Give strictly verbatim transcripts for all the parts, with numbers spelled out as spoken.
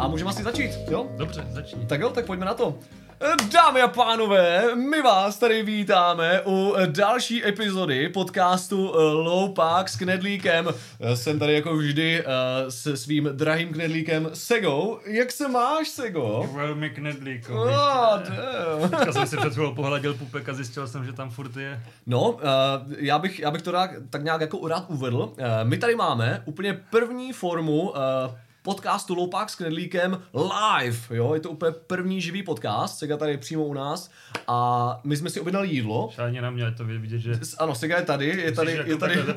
A můžeme asi začít, jo? Dobře, začni. Tak jo, tak pojďme na to. Dámy a pánové, my vás tady vítáme u další epizody podcastu Loupak s Knedlíkem. Jsem tady jako vždy se svým drahým knedlíkem Segou. Jak se máš, Sego? Velmi knedlíko. Oh, Teďka jsem si před chvílou pohladil pupek a zjistil jsem, že tam furt je. No, já bych, já bych to rád, tak nějak jako rád uvedl. My tady máme úplně první formu podcastu Loupak s Knedlíkem live, jo, je to úplně první živý podcast, Sega tady přímo u nás a my jsme si objednali jídlo. Šáně na mě, to vidět, že... Ano, Sega je tady, je tady, jako je tady... je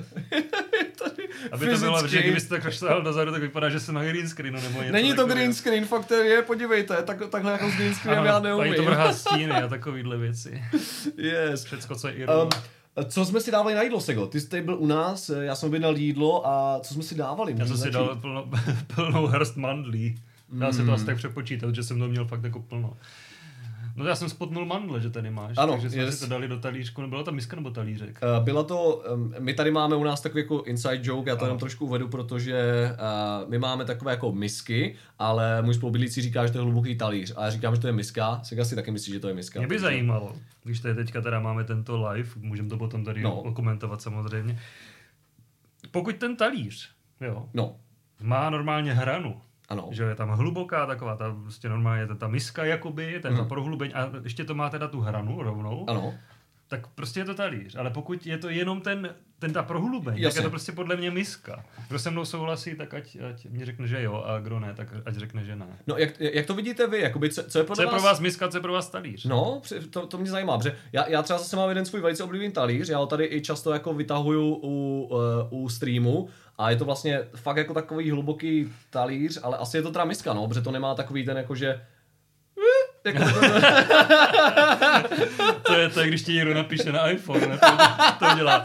tady aby to bylo, že kdybyste tak šel dozadu, tak vypadá, že jsem na green screenu nebo něco. Není to green screen, fakt je, podívejte, tak, takhle jako s green screenem já neumím. Ano, to vrhá stíny a takovýhle věci. Yes. Všecko, co je Irma. Um, Co jsme si dávali na jídlo, Sego? Ty jsi tady byl u nás, já jsem objednal jídlo a co jsme si dávali? Já jsem si dal plno, plnou hrst mandlí. Dá mm. se to asi tak přepočítat, že jsem to měl fakt jako plno. No já jsem spotnul mandle, že tady máš, ano, takže jsme yes. si to dali do talířku. Byla to miska nebo talířek? Uh, byla to, um, my tady máme u nás takový jako inside joke, já to jenom trošku uvedu, protože uh, my máme takové jako misky, ale můj spolubydlící říká, že to je hluboký talíř a já říkám, že to je miska, Sega si taky myslí, že to je miska. Mě by zajímalo, když tady teďka teda máme tento live, můžeme to potom tady no. okomentovat samozřejmě. Pokud ten talíř, jo, no. má normálně hranu, ano. že je tam hluboká taková, ta prostě normálně ta, ta miska jakoby, ta, mm. ta prohlubeň a ještě to má teda tu hranu rovnou, ano. tak prostě je to talíř, ale pokud je to jenom ten, ten ta prohlubeň, Jasně. tak je to prostě podle mě miska. Kdo se mnou souhlasí, tak ať, ať mě řekne, že jo, a kdo ne, tak ať řekne, že ne. No jak, jak to vidíte vy, jakoby, co, co je, co je vás... pro vás miska, co je pro vás talíř? No, to, to mě zajímá, protože já, já třeba zase mám jeden svůj velice oblíbený talíř, já ho tady i často jako vytahuju u, uh, u streamu a je to vlastně fakt jako takový hluboký talíř, ale asi je to teda miska, no, protože to nemá takový ten jakože jako to, to, je to, když ti někdo napíše na iPhone, ne? To, to dělá.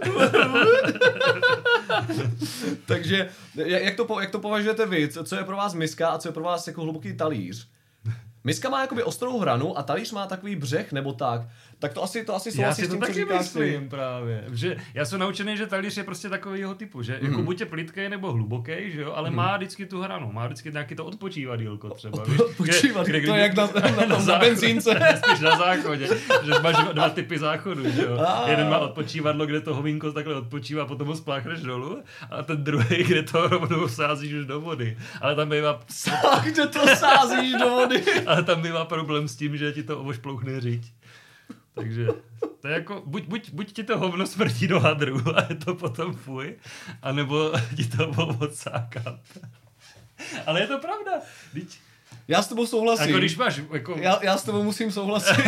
Takže jak to, jak to považujete vy? Co je pro vás miska a co je pro vás jako hluboký talíř? Miska má jakoby ostrou hranu a talíř má takový břeh nebo tak. Tak to asi to asi souhlasí s tím, co říkáš ty. Já si to taky myslím právě. Že já jsem naučený, že talíř je prostě takovýho typu, že mm. jako buď je plytkej nebo hluboký, že jo, ale mm. má vždycky tu hranu, má vždycky nějaký to odpočívadýlko třeba. Odpočívadýlko, to je jak na, na, na, na benzínce. Spíš na záchodě, že máš dva typy záchodů, že jo. Ah. Jeden má odpočívadlo, kde to hovínko takhle odpočívá, potom ho spláchneš dolů, a ten druhý, kde to rovnou sázíš už do vody. Ale tam bývá... Kde to sázíš do vody? Ale tam bývá problém s tím, že ti to ovošplouchne říť. Takže to je jako, buď, buď, buď ti to hovno smrtí do hadru a je to potom fuj, anebo ti to odsáká. Ale je to pravda. Teď... Já s tebou souhlasím. Jako když máš, jako... Já, já s tebou musím souhlasit.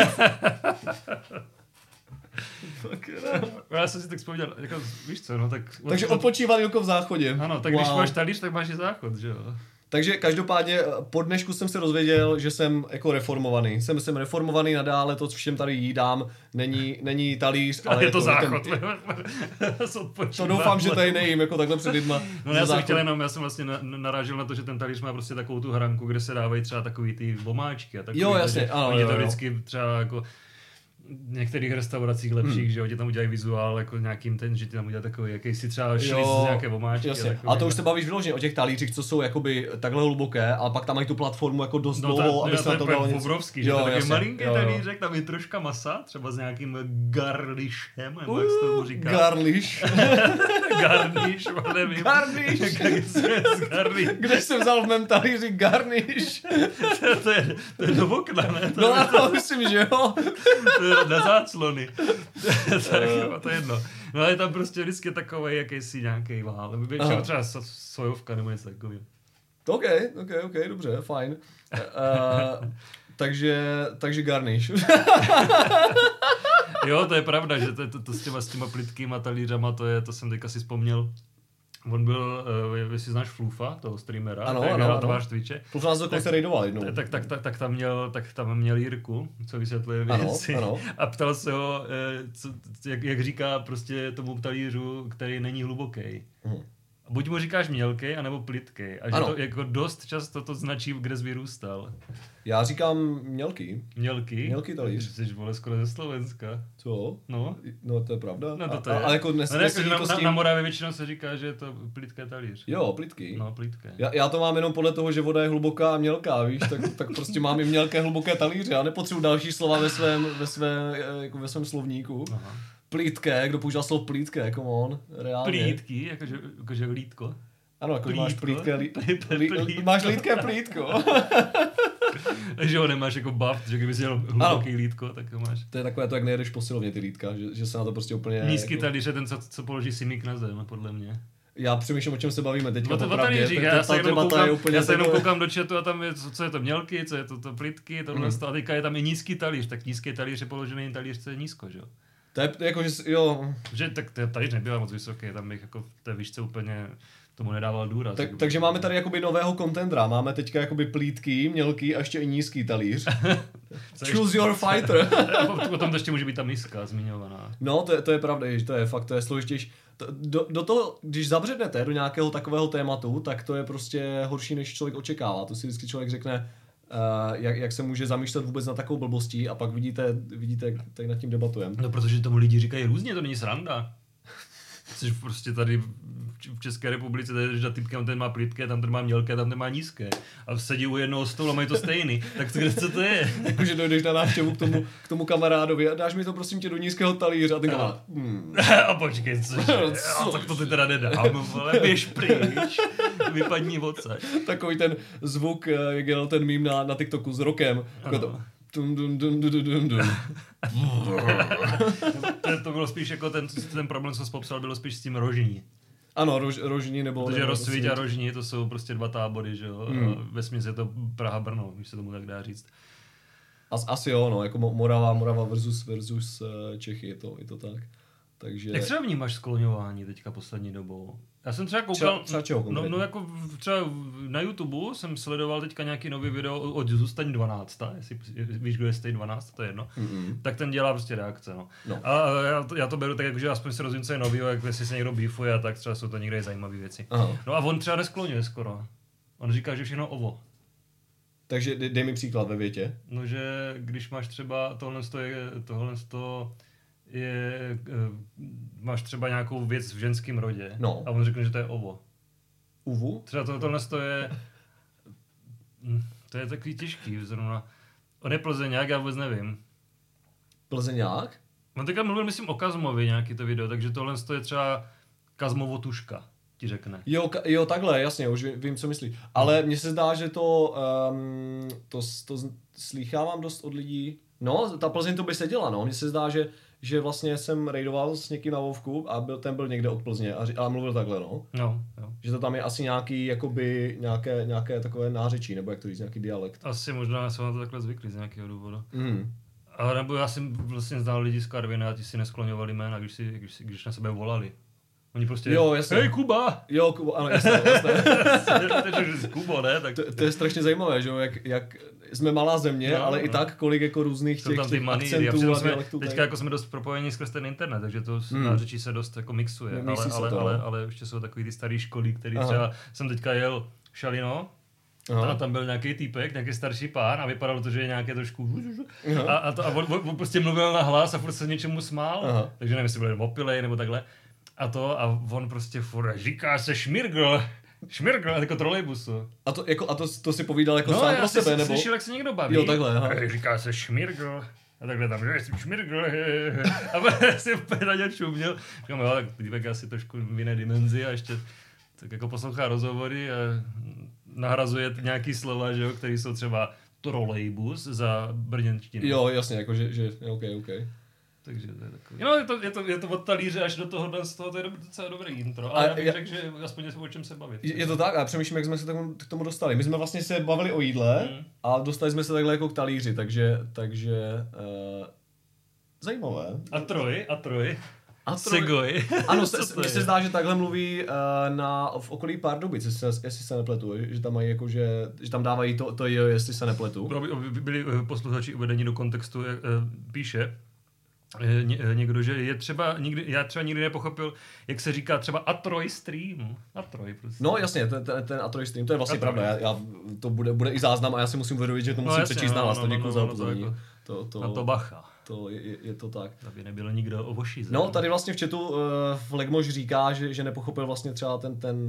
Já jsem si tak vzpomněl, jako, víš co, no tak... Takže odpočívadýlko v záchodě. Ano, tak wow. Když máš talíř, tak máš i záchod, že jo. Takže každopádně po dnešku jsem se dozvěděl, že jsem jako reformovaný. Jsem, jsem reformovaný nadále, to všem tady jídám, není, není talíř, ale je, je to, to záchod. To doufám, že tady nejím, jako takhle před lidma. No já jsem chtěl jenom, já jsem vlastně narážel na to, že ten talíř má prostě takovou tu hranku, kde se dávají třeba takový ty vomáčky a takový. Jo, jasně, ano, oni jo, to jo. vždycky třeba jako v některých restauracích lepších, hmm. že jo, ti tam udělají vizuál jako nějakým ten, že ti tam udělají takový jakýsi třeba šlis z nějaké vomáčky. Jasně. A, a to už se bavíš vyloženě o těch talířích, co jsou jakoby takhle hluboké, ale pak tam mají tu platformu jako dost no, dlouhou, aby se na to dalo něco. Obrovský, že jo, to je takový malinký talířek, tam je troška masa, třeba s nějakým garlišem, nebo jak se tomu říká. Garliš. Garniš, nevím. Garniš. Kde jsem vzal v mém talíři garniš? to, je, to je do okna, ne? To no je, to myslím, že jo. To je na záclony. tak, to je jedno. No ale je tam prostě vždycky takovej jakýsi nějaký vál. Většinou třeba sojovka nebo něco takového. OK, OK, OK, dobře, fajn. Uh, takže, takže garniš. Jo, to je pravda, že to, to, to s těma, s těma plytkýma talířama, to je, to jsem teďka si vzpomněl. On byl, uh, jestli znáš Flufa, toho streamera, ano, který ano, tvář Twitche. Fluf nás dokonce rejdoval jednou. Tak, tak, tak, tak, tam měl, tak tam měl Jirku, co vysvětluje věci. Ano, ano. A ptal se ho, co, jak, jak říká prostě tomu talířu, který není hluboký. Hmm. Buď mu říkáš mělkej, anebo plitkej. A že Ano. to jako dost často to značí, kde jsi vyrůstal. Já říkám mělký. Mělký? Mělký talíř. Jsi vole skoro ze Slovenska. Co? No. No to je pravda. No to, to a, je. a jako dnes, no, jako, to na, s na, tím... na Moravě většinou se říká, že je to plitké talíř. Jo, plitký. No, plitké. Já, já to mám jenom podle toho, že voda je hluboká a mělká, víš, tak, tak prostě mám i mělké hluboké talíře. Já nepotřebuji další slova ve svém, ve svém, jako ve svém slovníku. Aha. Plítké, kdo používá slovo plítké, come on, reálně. Plítky, jakože, jakože lítko. Ano, jako máš plítké, lí, Plítko. lí, lí, máš lítké plítko. Takže ho nemáš jako buff, že kdyby si měl hluboký lítko, tak ho máš. To je takové to, jak nejedeš posilovně ty lítka, že, že se na to prostě úplně... Nízký jako... talíř je ten, co, co položí simík na zem, podle mě. Já přemýšlím, o čem se bavíme teďka No to o popravdě. talířích, Ta- já ta se jenom debata koukám, je úplně já se jenom takové- koukám do chatu a tam je, co, co je to mělký, co je to, to plitky, tohle Mm. mm. a teďka je tam i nízký talíř, tak nízký talíř je položený talíř, co je nízko, že jo? To je to je jako, že s- jo, Že tak ten talíř nebyl moc vysoký, tam bych jako v té výšce úplně tomu nedával důraz. tak, takže máme tady jakoby nového contendera. Máme teďka jakoby plítký, mělký a ještě i nízký talíř. Co je- Choose your fighter. A potom to ještě může být ta miska zmiňovaná. No, to je, to je pravda, že to je fakt, to je složitější. To- Do, do toho, když zabřednete do nějakého takového tématu, tak to je prostě horší, než člověk očekává. To si vždycky člověk řekne, uh, jak, jak se může zamýšlet vůbec na takovou blbostí a pak vidíte, vidíte jak tady nad tím debatujeme. No protože tomu lidi říkají různě, to není sranda. Což prostě tady v České republice, tady jdeš za typkem, ten má plitké, tam ten má mělké, tam ten má nízké. A sedí u jednoho stolu a mají to stejný. Tak to, kde co to je? Jakože dojdeš na návštěvu k tomu, k tomu kamarádovi a dáš mi to prosím tě do nízkého talíře a ten kamarád, hmm. A počkej, cože? Co? A tak to ty teda nedám, vole, běž pryč, vypadni odsaď. Takový ten zvuk, eh, jak dělal ten mím na, na TikToku s rokem. Jako to, dum, dum, dum, dum, dum, dum. To, to bylo spíš jako ten, ten problém, co jsi popsal, bylo spíš s tím rožní. Ano, rož, rožní nebo... Protože nebo Rozsvíť prostě- a rožní, to jsou prostě dva tábory, že jo? Hmm. A vesměs je to Praha-Brno, když se tomu tak dá říct. As, asi jo, no, jako Mo- Morava, Morava versus, versus uh, Čechy, je to, je to tak. Takže... Jak třeba vnímáš skloňování teďka poslední dobou? Já jsem třeba koukal, Třeba- třeba čeho no, konkrétně? no jako v- třeba v- na YouTube jsem sledoval teďka nějaký nový video od Zůstaň dvanáct, jestli víš, kdo je Stay dvanáct, to je jedno. Mm-mm. Tak ten dělá prostě reakce, no. No. A já to, já to beru tak, jako, že aspoň se rozvím, co je novýho, jak jestli se někdo beefuje a tak třeba jsou to někde zajímavé věci. Aha. No a on třeba neskloňuje skoro. On říká, že všechno ovo. Takže dej, dej mi příklad ve větě. No, že když máš třeba tohle je, tohle je, eh, máš třeba nějakou věc v ženském rodě No. a on řekne, že to je ovo. Uvu? Třeba to, tohle je, hm, to je takový těžký zrovna. On je Plzeňák, já vůbec nevím. Plzeňák? On teďka mluvil, myslím, o Kazmovi nějaký to video, takže tohle je třeba Kazmovo tuška, ti řekne. Jo, ka- jo, takhle, jasně, už vím, vím co myslí. Ale mně se zdá, že to, um, to, to z- slýchávám dost od lidí. No, ta Plzeň to by se děla, no. Mně se zdá, že, že vlastně jsem rejdoval s někým na Vovku a byl, ten byl někde od Plzně a, ři- a mluvil takhle, no. No, jo. Že to tam je asi nějaký, jakoby, nějaké, nějaké takové nářečí, nebo jak to říct, nějaký dialekt. Asi možná jsou na to takhle zvyklí z nějakého důvodu. Mm. A nebo já jsem vlastně znal lidi z Karviny a ti si neskloňovali jména, když, si, když, si, když na sebe volali. Oni prostě, Jo, jasně. hej Kuba! Jo, Kubo, ano, jasně, jasně. Takže Kubo, ne? Tak To, to je strašně zajímavé, že jo, jak, jak jsme malá země, No, no, ale no. i tak, kolik jako různých jsou těch, tam ty těch maníry. A akcentů přitom a jsme, dialektů. teďka tady. jako jsme dost propojení skrz ten internet, takže to Hmm. hmm. nářečí se dost jako mixuje. No, ale, mixí se ale, to, ale, no. ale ještě jsou takový ty starý školy, který Aha. třeba jsem teďka jel Šalino, Aha. a tam byl nějaký týpek, nějaký starší pán a vypadalo to, že je nějaké trošku Aha. a, a, to, a on, on, prostě mluvil na hlas a furt se něčemu smál, Aha. takže nevím, jestli byl opilej nebo takhle. A to a on prostě furt říká se šmirgl, šmirgl, jako trolejbusu. A to, jako, a to, to si povídal jako No, sám já pro jsem sebe, nebo? slyšel, jak se někdo baví. Jo, takhle, aha. A říká se šmirgl. A takhle tam, že jsem šmirgl. A jsem úplně na ně čuměl. Říkám, jo, tak týpek asi trošku v jiné dimenzi a ještě tak jako poslouchá rozhovory a nahrazuje nějaký slova, že jo, které jsou třeba trolejbus za brněnštinu. Jo, jasně, jako že, že ok, ok. Takže to je takový. No, je to, je to, je to od talíře až do toho, z toho to je docela dobrý intro, A ale já bych já- řekl, že aspoň je o čem se bavit. Je, je to tak a přemýšlím, jak jsme se k tomu, k tomu dostali. My jsme vlastně se bavili o jídle Mm. a dostali jsme se takhle jako k talíři, takže, takže uh, zajímavé. A troj, a troj. A Segoj. Ano, Co se, to mně je? se zdá, že takhle mluví uh, na, v okolí Pardubic, jestli se, jestli se nepletu, že tam mají jako, že, že tam dávají to, to jo, jestli se nepletu. Aby, aby byli eh, posluchači uvedeni do kontextu, jak eh, píše, ně, někdo, že je třeba, nikdy, já třeba nikdy nepochopil, jak se říká třeba Atroy stream. Atroy prostě. No jasně, ten, ten, ten Atroy stream, to je vlastně Atroy. pravda, já, já, to bude, bude i záznam a já si musím uvědomit, že to musím no, jasně, přečíst no, na vás, no, to no, děkuji no, za no, to upozornění. jako- To, to, Na to bacha, to je, je, to tak. aby nebyl nikdo ovošízen. No, tady vlastně v chatu uh, Flegmoš říká, že, že nepochopil vlastně třeba ten, ten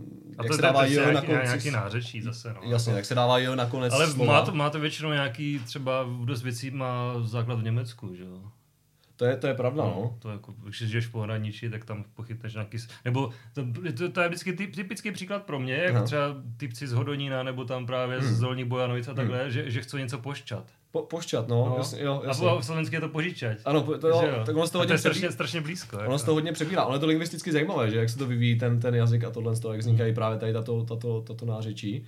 A jak to se je dává prostě jo na nějaký, konci. nějaký nářečí zase, no. Jasně, jak se dává jo na konec Ale slova. má to, má to většinou nějaký, třeba dost věcí má základ v Německu, že jo. To je, to je pravda, no. No, to jako, když žiješ v pohraničí, tak tam pochytneš nějaký... s- Nebo to, to, to je vždycky typ, typický příklad pro mě, jak Aha. třeba typci z Hodonína, nebo tam právě z Dolních Bojanovic a takhle, že, že chcou něco pošťat. Po, pošťat, no, No. jasně, jo, A jasně. po- v slovenské je to požičať. Ano, po- to, jo, Že jo? tak ono se to A hodně je přebí... strašně, strašně blízko. Ono Jako. se to hodně přebírá. Ono je to lingvisticky zajímavé, že jak se to vyvíjí ten, ten jazyk a tohle z toho, jak vznikají právě tady tato, tato, tato nářečí.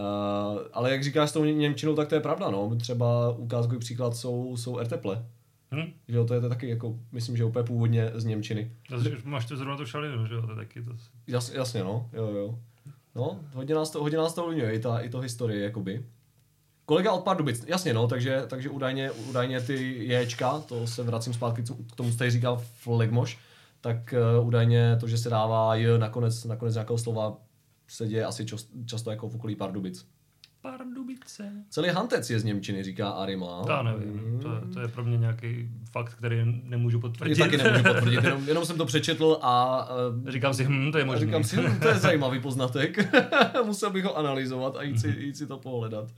Uh, ale jak říkáš s tou němčinou, tak to je pravda, no. Třeba ukázkový příklad jsou, jsou erteple. Hm? Že jo, to je to taky jako, myslím, že úplně původně z němčiny. Zase, Máš tu zrovna tu šalinu, že jo, to je taky to... Jas, jasně, no, jo, jo. No, hodně nás to, hodně nás to ovlivňuje, i, ta, i to historie, jakoby. Kolega od Pardubic, jasně, no, takže, takže údajně, údajně ty jéčka, to se vracím zpátky k tomu, co tady říkal Flegmoš, tak uh, údajně to, že se dává j nakonec, nakonec nějakého slova, se děje asi čas, často jako v okolí Pardubic. Pardubice. Celý Hantec je z němčiny, říká Arima. Já nevím, to, je- to je pro mě nějaký fakt, který nemůžu Já potvrdit. taky nemůžu potvrdit, jenom, jenom jsem to přečetl a uh, Říkám si, hm, to je a možný. říkám si, hm, to je zajímavý poznatek. Musel bych ho analyzovat a jít si, jít si to pohledat.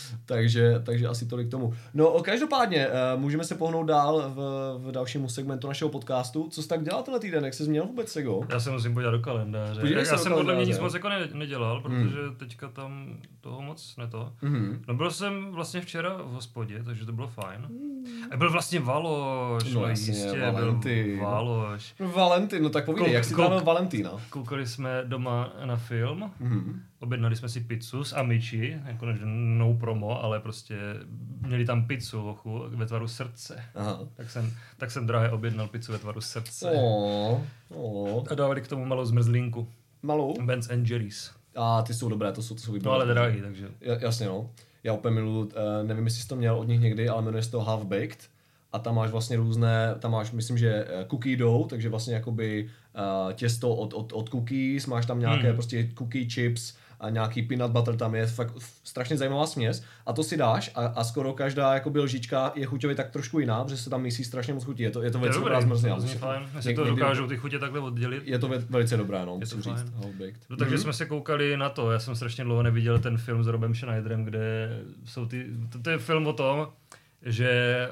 Takže, takže asi tolik k tomu. No každopádně, uh, můžeme se pohnout dál v, v dalšímu segmentu našeho podcastu. Co jsi tak dělal tenhle týden? Jak jsi měl vůbec, Sego? Já se musím podívat do kalendáře. Podívej Já, se já do jsem podle mě kalendáře. nic moc jako ne, nedělal, protože teďka tam toho moc ne to. Mhm. No byl jsem vlastně včera v hospodě, takže to bylo fajn. A byl vlastně Valoš, No no jasně, jistě, Valentín. byl Valoš. Valentín, no tak povídej, Kouk- jak jsi kouk- trávil Valentína? Koukali jsme doma na film, Mhm. objednali jsme si pizzu s Amici, jako než no promo, ale prostě měli tam pizzu ochu, ve tvaru srdce. Aha. Tak jsem, tak jsem drahé objednal pizzu ve tvaru srdce. Oh, oh. A dávali k tomu malou zmrzlinku. Malou? Ben's and Jerry's. A ty jsou dobré, to jsou, to jsou No výborné. ale drahý, takže. Ja- Jasně, no. Já úplně miluju, uh, nevím, jestli jsi to měl od nich někdy, ale jmenuje se to Half Baked. A tam máš vlastně různé, tam máš, myslím, že eh, cookie dough, takže vlastně jakoby uh, těsto od, od, od cookies, máš tam nějaké Hmm. prostě cookie chips a nějaký peanut butter tam je, fakt f- strašně zajímavá směs. A to si dáš a, a skoro každá jakoby lžička je chuťově tak trošku jiná, protože se tam mísí strašně moc chutí. Je to, je to To je velice dobrý, dobrá zmrzlina. to zní musím- fajn. Jestli něk- to někdy- dokážou ty chutě takhle oddělit. Je to ve- velice dobré, no, Je to musím říct. fajn. Half Baked. No, takže Mhm. jsme se koukali na to. Já jsem strašně dlouho neviděl ten film s Robem Schneiderem, kde jsou ty... To, to je film o tom, že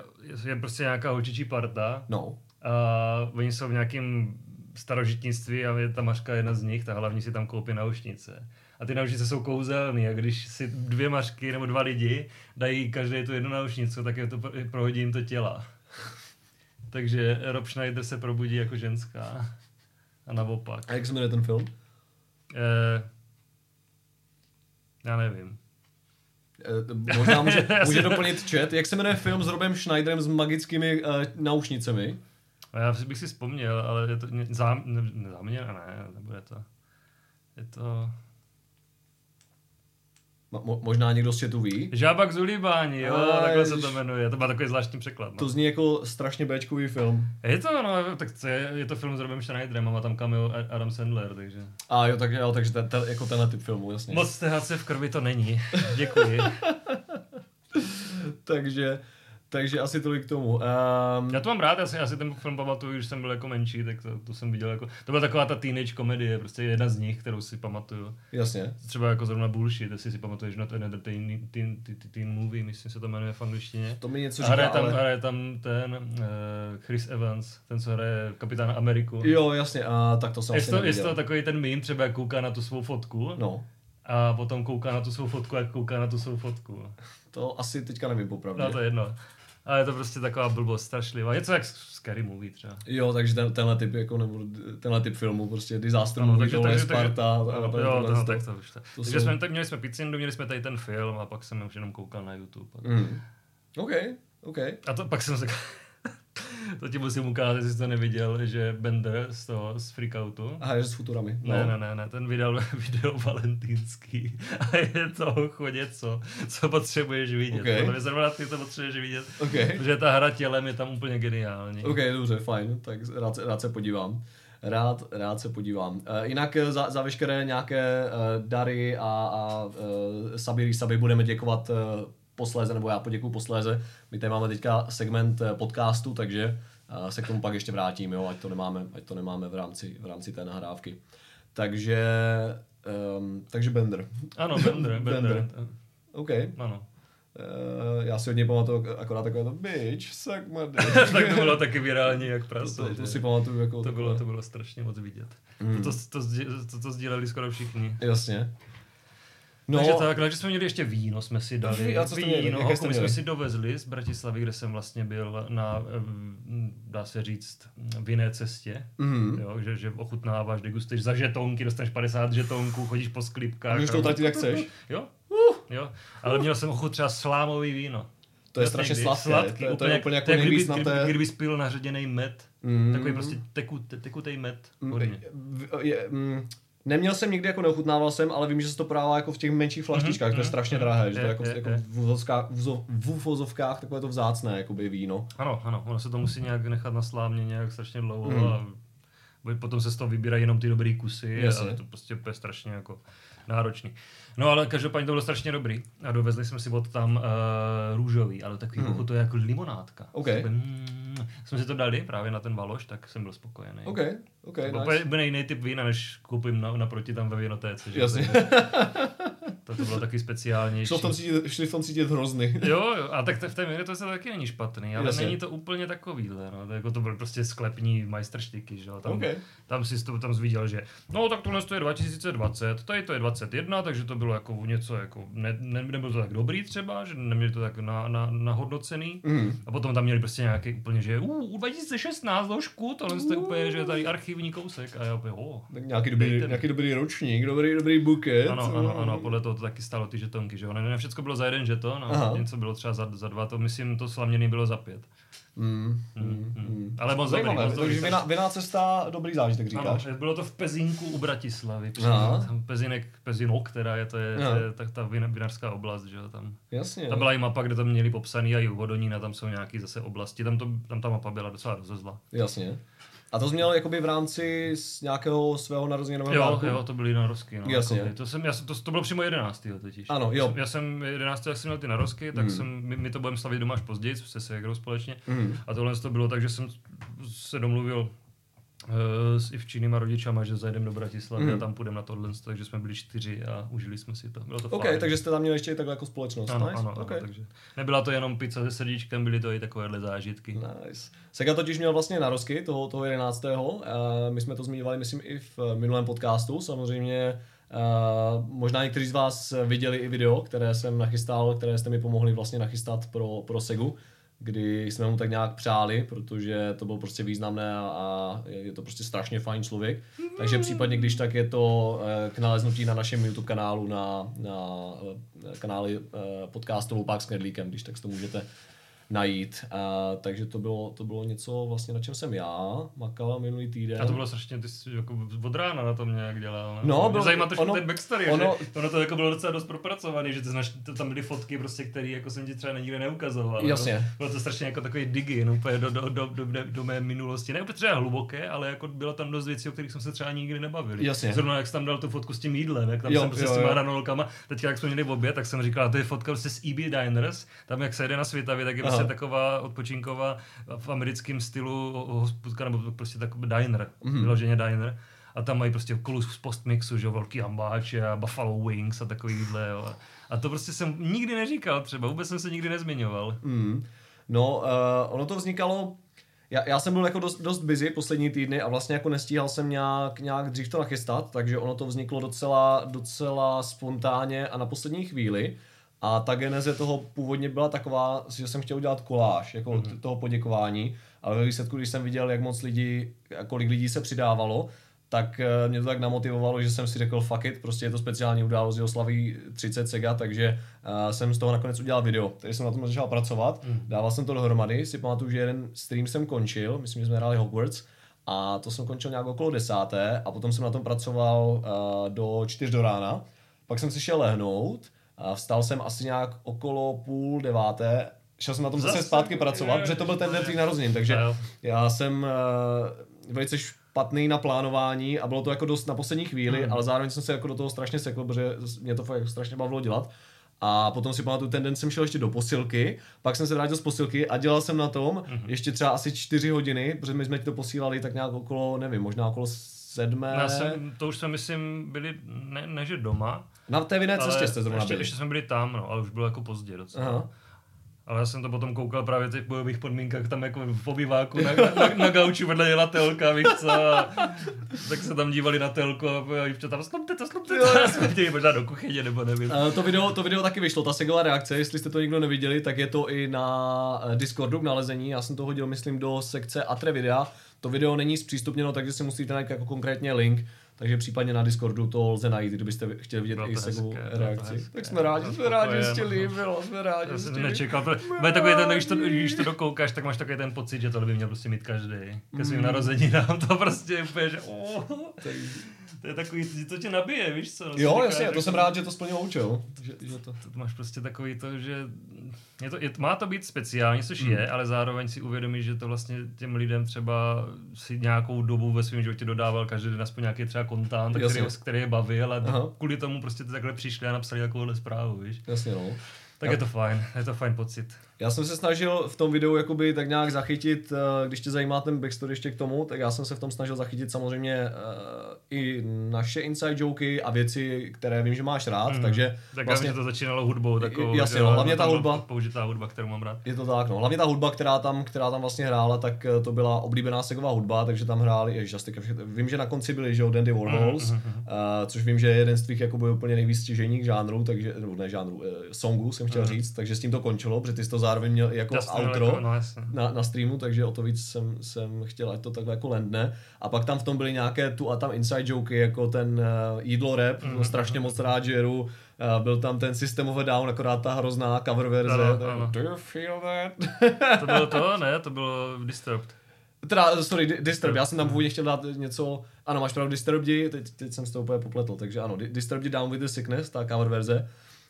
je prostě nějaká holčičí parta No. a oni jsou v nějakém starožitnictví a je ta Mařka jedna z nich, ta hlavní si tam koupí náušnice. A ty náušnice jsou kouzelný a když si dvě Mařky nebo dva lidi dají každý tu jednu náušnicu, tak je to prohodí jim to těla. Takže Rob Schneider se probudí jako ženská a naopak. A jak se jmenuje ten film? Eh, já nevím. Eh, možná může, může doplnit chat. Jak se jmenuje film s Robem Schneiderem s magickými uh, náušnicemi? A já bych si vzpomněl, ale je to ně- zám, ne, ne, záměr, ne, nebude to. Je to... Mo- možná někdo z chatu ví. Žábak z Ulíbání, jo, A, takhle se ježiš. to jmenuje. To má takový zvláštní překlad. No. To zní jako strašně béčkový film. Je to, no, tak to je, je to film s Robem Schneiderem a má tam cameo A- Adam Sandler, takže... A jo, tak, jo, takže ten, ten, jako tenhle typ filmu, jasně. Moc stehace v krvi to není. Děkuji. takže, takže asi tolik k tomu. Um, Já to mám rád, já si, já si ten film pamatuju, když jsem byl jako menší, tak to, to jsem viděl jako... To byla taková ta teenage komedie, prostě jedna z nich, kterou si pamatuju. jasně. Třeba jako zrovna Bullshit, jestli si pamatuješ na ten teen, teen, teen, teen, teen movie, myslím se to jmenuje v angličtině. To mi něco A říká, hraje tam, ale... hraje tam ten uh, Chris Evans, ten, co hraje Kapitána Ameriku. Jo, jasně, a tak to jsem Je asi to, je neviděl. to takový ten meme, třeba jak kouká na tu svou fotku No, a potom kouká na tu svou fotku, jak kouká na tu svou fotku. to asi teďka nevím popravdě. No to je jedno. Ale je to prostě taková blbost, strašlivá. Něco jak Scary Movie třeba. Jo, takže ten, tenhle typ, jako, nebo tenhle typ filmu, prostě disaster Ano, movie, takže- tohle je takže- takže- Sparta. a Jo, tohle- jo, tohle no, to- tak to už to. to Takže jsou- jsme, tak měli jsme pizzindu, měli jsme tady ten film a pak jsem už jenom koukal na YouTube. Mm. OK, OK. A to pak jsem se... To ti musím ukázat, jestli jsi to neviděl, že Bender z toho, z Freakoutu. Aha, že s Futurami. No. Ne, ne, ne, ne, ten vydal video valentýnský a je to chodě co, co potřebuješ vidět. Okay. Podle mě zrovna ty to potřebuješ vidět, Okay. protože ta hra tělem je tam úplně geniální. Ok, dobře, fajn, tak rád, rád se podívám. Rád, rád se podívám. Uh, jinak za, za veškeré nějaké uh, dary a, a uh, saby, saby budeme děkovat uh, posléze, nebo já poděkuju posléze. My tady máme teďka segment uh, podcastu, takže uh, se k tomu pak ještě vrátím, jo, ať to nemáme, ať to nemáme v rámci, v rámci té nahrávky. Takže, um, takže Bender. Ano, Bender, Bender. Bender. OK. Ano. Uh, já si od něj pamatuju akorát takové to bitch, suck my dick. Tak to bylo taky virální jak prase. To, to, to si pamatuju jako... To bylo, to bylo strašně moc vidět. Mm. To, to, to, to, to sdíleli skoro všichni. Jasně. No. Takže tak, takže jsme měli ještě víno, jsme si dali. A co jste měli? Víno, Jaké jste my jsme měli? si dovezli z Bratislavy, kde jsem vlastně byl na, dá se říct, vinné cestě. Mm. Jo, že, že ochutnáváš, degustuješ za žetonky, dostaneš padesát žetonků, chodíš po sklípkách. A můžeš to utratit, jak chceš. Jo, Uh. jo, ale měl jsem ochuť třeba slámový víno. To je strašně sladké, sladký, to, je, to je úplně jako to je, kdyby, nejvíc na té... kdyby, kdyby spil naředěnej med, Mm. takový prostě teku, te, tekutej med, hodně. Je, mm, neměl jsem nikdy, jako neochutnával jsem, ale vím, že se to prodává jako v těch menších flaštičkách, mm-hmm. to je strašně drahé, že to je jako, je, jako je. v uvozovkách, v uvozovkách takové to vzácné, jakoby víno. Ano, ano, ono se to musí nějak nechat na slámě nějak strašně dlouho Mm. a potom se z toho vybírají jenom ty dobrý kusy. Jasně. A to prostě je strašně jako náročný. No ale každopádně to bylo strašně dobrý a dovezli jsme si od tam uh, růžový, ale takový Hmm. mm. to je jako limonádka. Okay. Jsme, mm, jsme si to dali právě na ten Valoš, tak jsem byl spokojený. OK, OK, To nice. byl jiný typ vína, než koupím na, naproti tam ve vinotéce. Že? Jasně. To, to bylo taky speciálnější. Šlo v tom cítit, šli v tom cítit hrozny. Jo, jo, a tak v té to se taky není špatný, ale Jasně. není to úplně takovýhle, no. To, jako to byly prostě sklepní majstrštyky, že jo. Tam, Okay. tam si to tam viděl, že no tak tohle to je dva tisíce dvacet, tady to je dvacet jedna, takže to bylo jako něco jako, ne, ne, nebylo to tak dobrý třeba, že neměli to tak na, na, nahodnocený. Mm. A potom tam měli prostě nějaký úplně, že u, u dva tisíce šestnáct ložku, tohle je úplně, že je tady archivní kousek a já úplně, oh. Tak nějaký dobrý, Dejte mi. nějaký dobrý ročník, dobrý, dobrý buket. Ano, ano, ano, podle toho to taky stálo ty žetonky, že jo. Ne, ne všechno bylo za jeden žeton, Aha. a něco bylo třeba za, za dva, to myslím, to slaměný bylo za pět. Mm, Mm, mm, mm. mm. Ale moc dobrý, Zajímavé, moc dobrý. takže vinná, vinná cesta, dobrý zážitek říkáš. Ano, bylo to v Pezínku u Bratislavy, Aha. tam Pezinek, Pezinok, která je, to je, to je tak ta vin, vinařská oblast, že jo, tam. Jasně. Tam byla i mapa, kde tam měli popsaný a i u Hodonína, tam jsou nějaký zase oblasti, tam, to, tam ta mapa byla docela rozezla. Jasně. A to jsi měl jakoby v rámci z nějakého svého narozeninového Jo, dárku? jo, to byly narozky, no. Jasně. Jakoby. To, jsem, já, jsem- to, to bylo přímo jedenáctého totiž. Ano, jo. Já jsem jedenáctého jak jsem měl ty narozky, tak Hmm. jsem, my, my to budeme slavit doma až později, se Segrou společně. Mm. A tohle to bylo tak, že jsem se domluvil uh, s Ivčínýma rodičama, že zajdem do Bratislavy Mhm. a tam půjdeme na tohle, takže jsme byli čtyři a užili jsme si to. Bylo to OK, fajn. takže jste tam měli ještě takhle jako společnost. Ano, nice. ano, ano, okay. takže nebyla to jenom pizza se srdíčkem, byly to i takovéhle zážitky. Nice. Sega totiž měl vlastně narozky toho, toho jedenáctého My jsme to zmiňovali, myslím, i v minulém podcastu. Samozřejmě uh, možná někteří z vás viděli i video, které jsem nachystal, které jste mi pomohli vlastně nachystat pro, pro Segu, kdy jsme mu tak nějak přáli, protože to bylo prostě významné a, a je to prostě strašně fajn člověk. Takže případně, když tak je to uh, k naleznutí na našem YouTube kanálu, na, na uh, kanáli uh, podcastu Loupák s Knedlíkem, když tak si to můžete najít. A, takže to bylo, to bylo něco vlastně, na čem jsem já makal minulý týden. A to bylo strašně, ty jsi jako od rána na tom nějak dělal. Ne? No, Mě bylo- zajímá trošku ono- ten backstory, ono- že ono to jako bylo docela dost propracovaný, že ty znaš, to tam byly fotky prostě, které jako jsem ti třeba nikdy neukazoval. Jasně. No. Bylo to strašně jako takový digi, no, úplně do, do, do, do, do, do mé minulosti. Ne úplně třeba hluboké, ale jako bylo tam dost věcí, o kterých jsme se třeba nikdy nebavili. Jasně. Zrovna jak jsi tam dal tu fotku s tím jídlem, jak tam Jo, jsem prostě jo, s těma jo. hranolkama, teďka jak jsme měli v oběd, tak jsem říkal, to je fotka prostě z E B Diners, tam jak se jede na Svitavě, tak je prostě Aha. taková odpočinková v americkém stylu hospodka, nebo prostě takový diner, Mhm. vyloženě diner. A tam mají prostě kolus z postmixu, že jo, velký hambáče a buffalo wings a takovýhle, jo. A to prostě jsem nikdy neříkal třeba, vůbec jsem se nikdy nezmiňoval. Mm. No, uh, ono to vznikalo, já, já jsem byl jako dost, dost busy poslední týdny a vlastně jako nestíhal jsem nějak, nějak dřív to nachystat, takže ono to vzniklo docela, docela spontánně a na poslední chvíli. A ta geneze toho původně byla taková, že jsem chtěl udělat koláž, jako Mhm. mm-hmm. toho poděkování, ale ve výsledku, když jsem viděl, jak moc lidí, kolik lidí se přidávalo, tak mě to tak namotivovalo, že jsem si řekl fuck it, prostě je to speciální událost, že oslaví třicet Sega, takže uh, jsem z toho nakonec udělal video, takže jsem na tom začal pracovat, mm. dával jsem to dohromady, si pamatuju, že jeden stream jsem končil, myslím, že jsme hráli Hogwarts, a to jsem končil nějak okolo desáté a potom jsem na tom pracoval uh, do čtyř do rána, pak jsem si šel lehnout a vstal jsem asi nějak okolo půl deváté, šel jsem na tom zase, zase zpátky pracovat, protože to byl ten den tvých narozenin, takže já jsem uh, velice špatný na plánování a bylo to jako dost na poslední chvíli, mm. ale zároveň jsem se jako do toho strašně sekl, protože mě to fakt jako strašně bavilo dělat. A potom si pamatuju, ten den jsem šel ještě do posilky, pak jsem se vrátil z posilky a dělal jsem na tom mm-hmm. ještě třeba asi čtyři hodiny, protože my jsme ti to posílali tak nějak okolo, nevím, možná okolo sedmé. Já jsem, to už jsme, myslím, byli, ne, ne že doma. Na té vinné cestě jste zrovna ještě, byli. Ještě jsme byli tam, no, ale už bylo jako pozdě docela. Aha. Ale já jsem to potom koukal právě v těch bojových podmínkách, tam jako v obýváku na, na, na gauču vedle jela telka, víš co, a tak se tam dívali na telku a Jivča tam slupte to, slupte to, a jsme chtěli možná do kuchyně, nebo nevím. Uh, to, video, to video taky vyšlo, ta Segová reakce, jestli jste to nikdo neviděli, tak je to i na Discordu k nalezení, já jsem to hodil, myslím, do sekce Atre videa, to video není zpřístupněno, takže si musíte najít jako konkrétně link. Takže případně na Discordu to lze najít, kdybyste chtěli vidět i Segovou reakci. Hezké, tak jsme rádi, jsme rádi, že jste líbilo, jsme rádi, že jste nečekal. To, to je takový ten, když to, když to dokoukáš, tak máš takový ten pocit, že tohle by měl prostě mít každý. Ke svým mm. narozeninám to prostě úplně, že oh, to je takový, to tě nabije, víš co? No, jo, jasně, to jsem rád, že to splnilo účel. Že, že to... to máš prostě takový to, že je to, je, má to být speciální, což mm. je, ale zároveň si uvědomíš, že to vlastně těm lidem třeba si nějakou dobu ve svém životě dodával každý den aspoň nějaký třeba kontant, který, který je bavil, ale Aha. kvůli tomu prostě ty takhle přišli a napsali takovouhle zprávu, víš? Jasně, no. Tak Já... je to fajn, je to fajn pocit. Já jsem se snažil v tom videu jakoby tak nějak zachytit, když tě zajímá ten backstory ještě k tomu, tak já jsem se v tom snažil zachytit samozřejmě uh, i naše inside joky a věci, které vím, že máš rád, mm. takže tak vlastně to začínalo hudbou takovou. Jasně, no, hlavně ta hudba. Použitá hudba, kterou mám rád. Je to tak, no. Hlavně ta hudba, která tam, která tam vlastně hrála, tak to byla oblíbená Segová hudba, takže tam hráli, ježiš, vím, že na konci byli, že jo, Dandy Warhols, mm, mm, mm. Uh, což vím, že je jeden z tvých jakoby úplně nejvíc stěžejních žánrů, takže, nebo ne žánrů, uh, songů jsem chtěl mm. říct, takže s tím to končilo, protože ty jsi to zároveň měl jako outro jako, no, na, na streamu, takže o to víc jsem, jsem chtěl, ať to takhle jako landne. A pak tam v tom byly nějaké tu a tam inside joky, jako ten uh, jídlo rap, mm-hmm. strašně moc rád žeru. Uh, byl tam ten System of a Down, akorát ta hrozná cover verze. Ano, ano. Do you feel that? To bylo to, ne? To bylo Disturbed. Teda, sorry, Disturbed, já jsem tam původně chtěl dát něco, ano, máš pravdu, Disturbed, teď, teď jsem s to úplně popletl, takže ano, Disturbed Down with the Sickness, ta cover verze.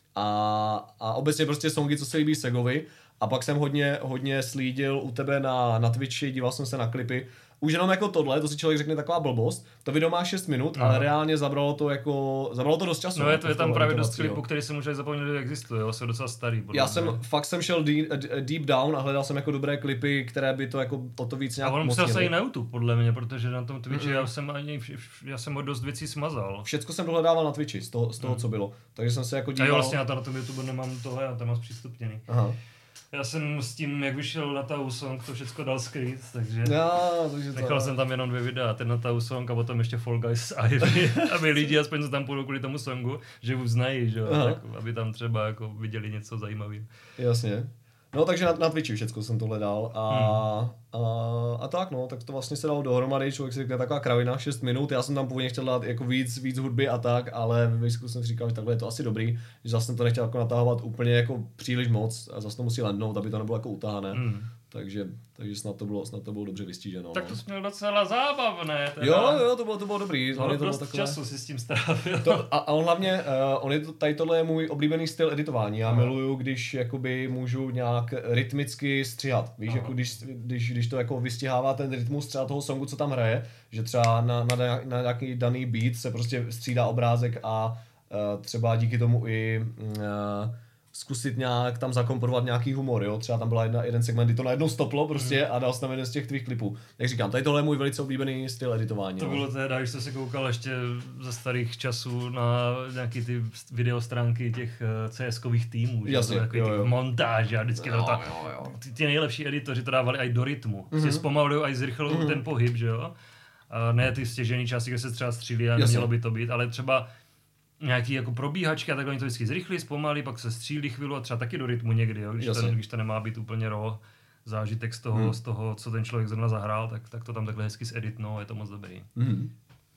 A, a obecně prostě songy, co se líbí Segovi. A pak jsem hodně, hodně slídil u tebe na, na Twitchi, díval jsem se na klipy. Už jenom jako tohle, to si člověk řekne taková blbost. To video má šest minut, Aha. ale reálně zabralo to jako, zabralo to dost času. No je, to, je tam právě dost klipů, který jsem už zapomněl, že existuje, jo, jsou docela starý. Já jsem, mě. fakt jsem šel deep, deep down a hledal jsem jako dobré klipy, které by to jako o to víc nějak mocnili. A on musel se i na YouTube, podle mě, protože na tom Twitchi mm-hmm. já jsem ani, já jsem ho dost věcí smazal. Všecko jsem dohledával na Twitchi, z toho, z toho mm. co bylo. Takže jsem se jako díval. A jo, vlastně já tam na tom YouTube nemám tohle, já tam mám zpřístupněný. Aha. Já jsem s tím, jak vyšel na Tau Song, to všechno dal skrýt, takže no, takže nechal to, jsem tam jenom dvě videa, ten na Tau Song a potom ještě Fall Guys a Ivy, aby lidi aspoň se tam půjdou kvůli tomu songu, že už znají, že jo, tak, aby tam třeba jako viděli něco zajímavého. Jasně. No takže na, na Twitchi všechno jsem tohle dal a, hmm. a, a tak no, tak to vlastně se dalo dohromady, člověk si řekne taková kravina, šest minut, já jsem tam původně chtěl dát jako víc, víc hudby a tak, ale ve výzkumu jsem si říkal, že takhle je to asi dobrý, že zase jsem to nechtěl jako natahovat úplně jako příliš moc a zase to musí landnout, aby to nebylo jako utahané. Hmm. Takže, takže snad to bylo, snad to bylo dobře vystíženo. Tak to jsi měl docela zábavné. Teda. Jo, jo, to bylo, to bylo dobrý. No, to dost takové... času si s tím strávil. To, a, a on hlavně, uh, on je to, tady tohle je můj oblíbený styl editování. Já Aha. miluju, když jakoby můžu nějak rytmicky stříhat. Víš, Aha. jako když, když, když to jako vystihává ten rytmus třeba toho songu, co tam hraje, že třeba na, na, na nějaký daný beat se prostě střídá obrázek a uh, třeba díky tomu i uh, zkusit nějak tam zakomponovat nějaký humor, jo, třeba tam byla jedna, jeden segment, kdy to najednou stoplo prostě mm. a dal jsem tam jeden z těch tvých klipů. Jak říkám, tady tohle je můj velice oblíbený styl editování. To no. bylo teda, když jsem se koukal ještě za starých časů na nějaký ty videostránky těch CSkových týmů, že Jasně, to takový jo, jo. ty montáže a vždycky jo, to ta, jo, jo. Ty, ty nejlepší editoři to dávali i do rytmu, mm-hmm. si zpomalují a zrychlují mm-hmm. ten pohyb, že jo. A ne ty stěžený části, kde se třeba střílí a nemělo by to být, ale třeba nějaký jako probíhačky a takhle oni to vždycky zrychlí, zpomalí, pak se střílí chvíli a třeba taky do rytmu někdy, jo? Když, to, když to nemá být úplně raw zážitek z toho, hmm. z toho, co ten člověk zrovna zahrál, tak, tak to tam takhle hezky zeditnou, je to moc dobrý. Hmm.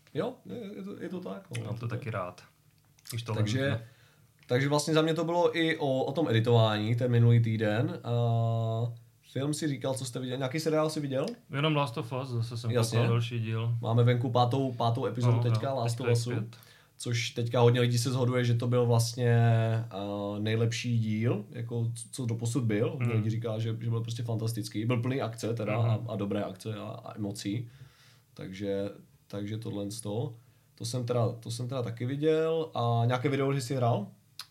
Jo, je, je, to, je to tak. No, Mám to taky rád. Když to takže, lemí, takže vlastně za mě to bylo i o, o tom editování, ten minulý týden. A film si říkal, co jste viděl. Nějaký seriál si viděl? Jenom Last of Us, zase jsem Jasně. koukal další díl. Máme venku pátou, pátou epizodu No, teďka, jo, Last of teďka je Usu. zpět. Což teďka hodně lidí se shoduje, že to byl vlastně uh, nejlepší díl, jako co doposud byl. Hodně Mm. lidí říká, že, že byl prostě fantastický. Byl plný akce teda Mm. a, a dobré akce a, a emocí. Takže, takže tohle z toho. To jsem, teda, to jsem teda taky viděl. A nějaké video, že jsi hrál?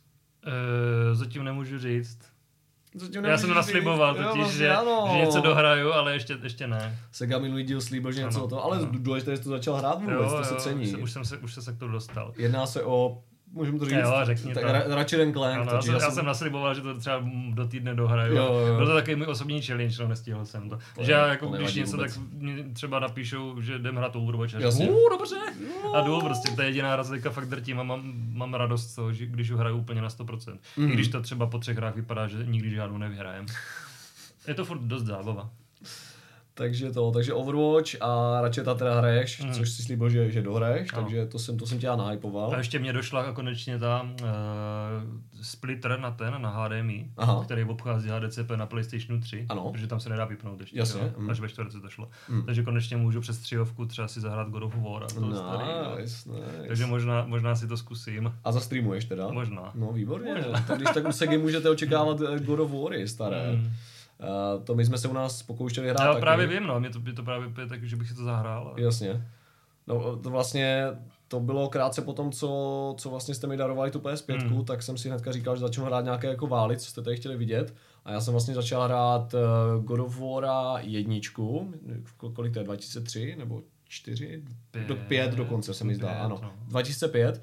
E, zatím nemůžu říct. Zatím Já jsem nasliboval říct. totiž, Jo, vlastně že, ano. že něco dohraju, ale ještě, ještě ne. Sega minulý díl slíbil, že něco Ano, o tom, ale ano. důležité, že jsi to začal hrát vůbec, to se cení. Už, jsem- už, jsem se, už jsem se k tomu dostal. Jedná se o, můžeme to říct, Jo, řekni tak to. Ra- Ratchet and Clank. Ano, já, takže jsem, já jsem nasliboval, že to třeba do týdne dohraju. Jo, jo, jo. Byl to takový můj osobní challenge, no nestihl jsem to. To že je- já to jako, když nevadí něco vůbec. tak mě třeba napíšou, že jdem hrát Overwatch, a Jasně. říkám, "Uuu, dobře. A jdu prostě, to je jediná razlika, fakt drtím a mám, mám radost z toho, že když ho hraju úplně na sto procent. Mhm. I když to třeba po třech hrách vypadá, že nikdy žádnou nevyhrajem. Je to furt dost zábava. Takže to, takže Overwatch a Ratcheta teda hraješ, Mm. což si slíbil, že, že dohraješ, Ano. takže to jsem, to jsem tě já nahypoval. A ještě mě došla konečně ta uh, splitter na ten, na H D M I, Aha. který obchází H D C P na PlayStationu tři, Ano. protože tam se nedá vypnout ještě, Jasně, jo, mm. až ve čtvrtce to šlo. Mm. Takže konečně můžu přes třihovku třeba si zahrát God of War a to starý. No. Nice, nice. Takže možná, možná si to zkusím. A zastreamuješ teda? Možná. No výborně, Možná. tak když tak u Segy můžete očekávat eh, God of War, staré. Mm. Uh, to my jsme se u nás pokoušeli hrát Já taky. právě vím, no, mě to, mě to právě je tak, že bych si to zahrál. Ale... Jasně. No to vlastně, to bylo krátce po tom, co, co vlastně jste mi darovali tu P S pět, Mm. tak jsem si hnedka říkal, že začnu hrát nějaké jako vály, co jste tady chtěli vidět. A já jsem vlastně začal hrát uh, God of War jedničku, kolik to je, dva tisíce tři nebo čtyři? Pět. Do, pět dokonce se mi zdá, Pět, ano. no. dva tisíce pět.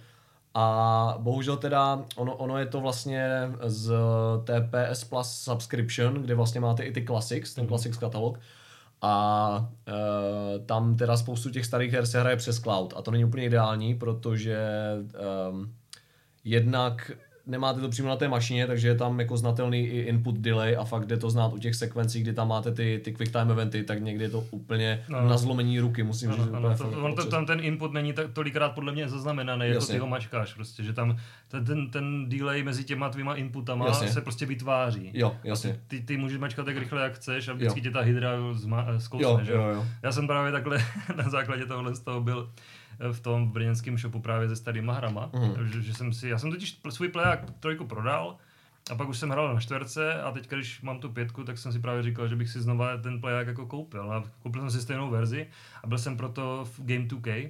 A bohužel teda, ono, ono je to vlastně z té P S Plus subscription, kde vlastně máte i ty Classics, ten Mhm. Classics katalog. A e, tam teda spoustu těch starých her se hraje přes cloud. A to není úplně ideální, protože um, jednak nemáte to přímo na té mašině, takže je tam jako znatelný i input delay a fakt jde to znát u těch sekvencí, kdy tam máte ty, ty quick time eventy, tak někdy je to úplně No. na zlomení ruky, musím Ano, říct. ano, úplně to, fakt on to, otřes. tam ten input není tak, tolikrát podle mě zaznamenaný, jako Jasně. ty ho mačkáš prostě, že tam ten, ten, ten delay mezi těma tvýma inputama Jasně. se prostě vytváří. Jo, jasně. Ty, ty můžeš mačkat tak rychle, jak chceš a vždycky Jo. tě ta hydra zma, zkousne, Jo, že jo, jo. Já jsem právě takhle na základě tohohle z toho byl v tom brněnském shopu právě se starýma hrama, Mhm. že, že jsem si, já jsem totiž svůj pleják trojku prodal a pak už jsem hrál na čtverce a teď, když mám tu pětku, tak jsem si právě říkal, že bych si znova ten pleják jako koupil. A koupil jsem si stejnou verzi a byl jsem proto v Game two K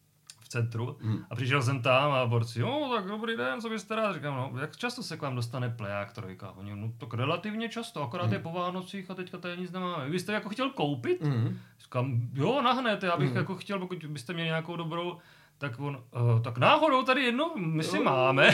v centru Mhm. a přišel jsem tam a borci, jo, tak dobrý den, co byste rád? Říkám, no, jak často se k vám dostane pleják trojka? Oni, no tak relativně často, akorát Mhm. je po Vánocích a teďka tady nic nemáme. Vy jste jako chtěl koupit? Mhm. Říkám, jo, nahnete, já bych Mhm. jako chtěl, pokud byste měli nějakou dobrou, tak on, uh, tak náhodou tady jednu, my si máme.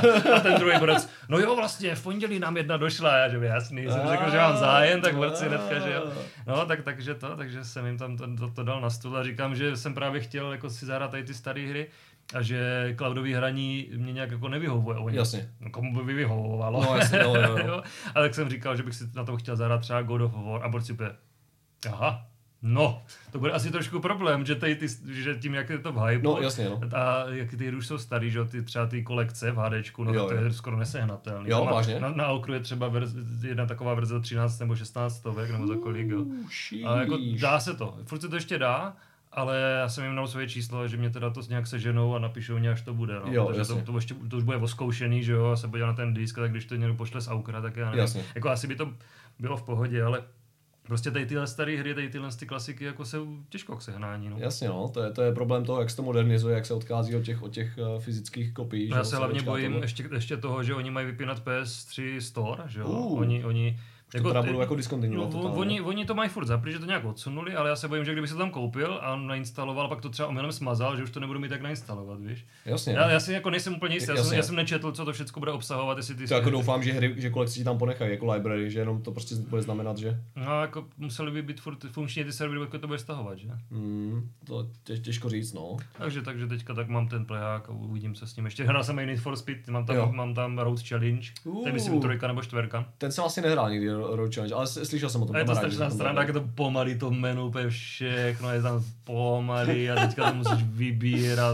A ten druhý borec, no jo, vlastně, v pondělí nám jedna došla, já že by jasný, jsem řekl, že mám zájem, tak borci hnedka, že jo. No, tak, takže to, takže jsem jim tam to, to, to dal na stůl a říkám, že jsem právě chtěl jako si zahrát tady ty staré hry a že cloudový hraní mě nějak jako nevyhovuje. Oni, Jasně. no, komu by vyhovovalo. No, jasně, jo, jo, jo. A tak jsem říkal, že bych si na tom chtěl zahrát třeba God of War a borci úplně, aha, no, to bude asi trošku problém, že, tady ty, že tím, jak je to v hype, No, jasně, no. a jak ty hry už jsou starý, že jo, ty, třeba ty kolekce v HDčku, no Jo, to jo. je skoro nesehnatelný. Jo, Tam na, vážně? Na, na okru je třeba verze, jedna taková verze za třináct nebo šestnáct stovek, nebo za kolik, jo. A jako dá se to, furt se to ještě dá, ale já jsem jim dal svoje číslo, že mě teda to nějak seženou a napíšou mě, až to bude, no. Jo, Protože to, jasně. to, ještě, to už bude oskoušený, že jo, a se podívám na ten disk, tak když to někdo pošle z aukra, tak já nevím. Jasně. Jako asi by to bylo v pohodě, ale prostě tady tyhle staré hry, tady tyhle ty klasiky jako se těžko k sehnání, no. Jasně, no, to je, to je problém toho, jak se to modernizuje, jak se odchází od těch, od těch uh, fyzických kopií. No že já jo, se hlavně CDčka a bojím tohle. ještě, ještě toho, že oni mají vypínat P S tři Store, že jo? Uh. Oni, oni To teda ty- budou jako diskontinuovat no, totálně. oni, oni to mají furt zapli, že to nějak odsunuli, ale já se bojím, že kdyby se to tam koupil a on nainstaloval, pak to třeba omylem smazal, že už to nebudu mít tak nainstalovat, víš? Jasně. Já, já si jako nejsem úplně jistý, já jsem, Jasně. já jsem nečetl, co to všechno bude obsahovat, jestli ty... To jako doufám, že hry, že kolekci ti tam ponechají jako library, že jenom to prostě bude znamenat, že No jako museli by být furt funkční ty servery, jako to bude stahovat, že? hmm, to tě, těžko říct, no. Takže, takže teďka tak mám ten pleják a uvidím se s ním. Ještě hrál jsem i Need for Speed, mám Jo. tam, mám tam Road Challenge, to je myslím Uh. trojka nebo čtverka. Ten jsem asi nehrál nikdy, Road Challenge, ale slyšel jsem o tom. A je to strašná strana, jak je to pomalý, to menu, úplně všechno, je tam pomalý a teďka to musíš vybírat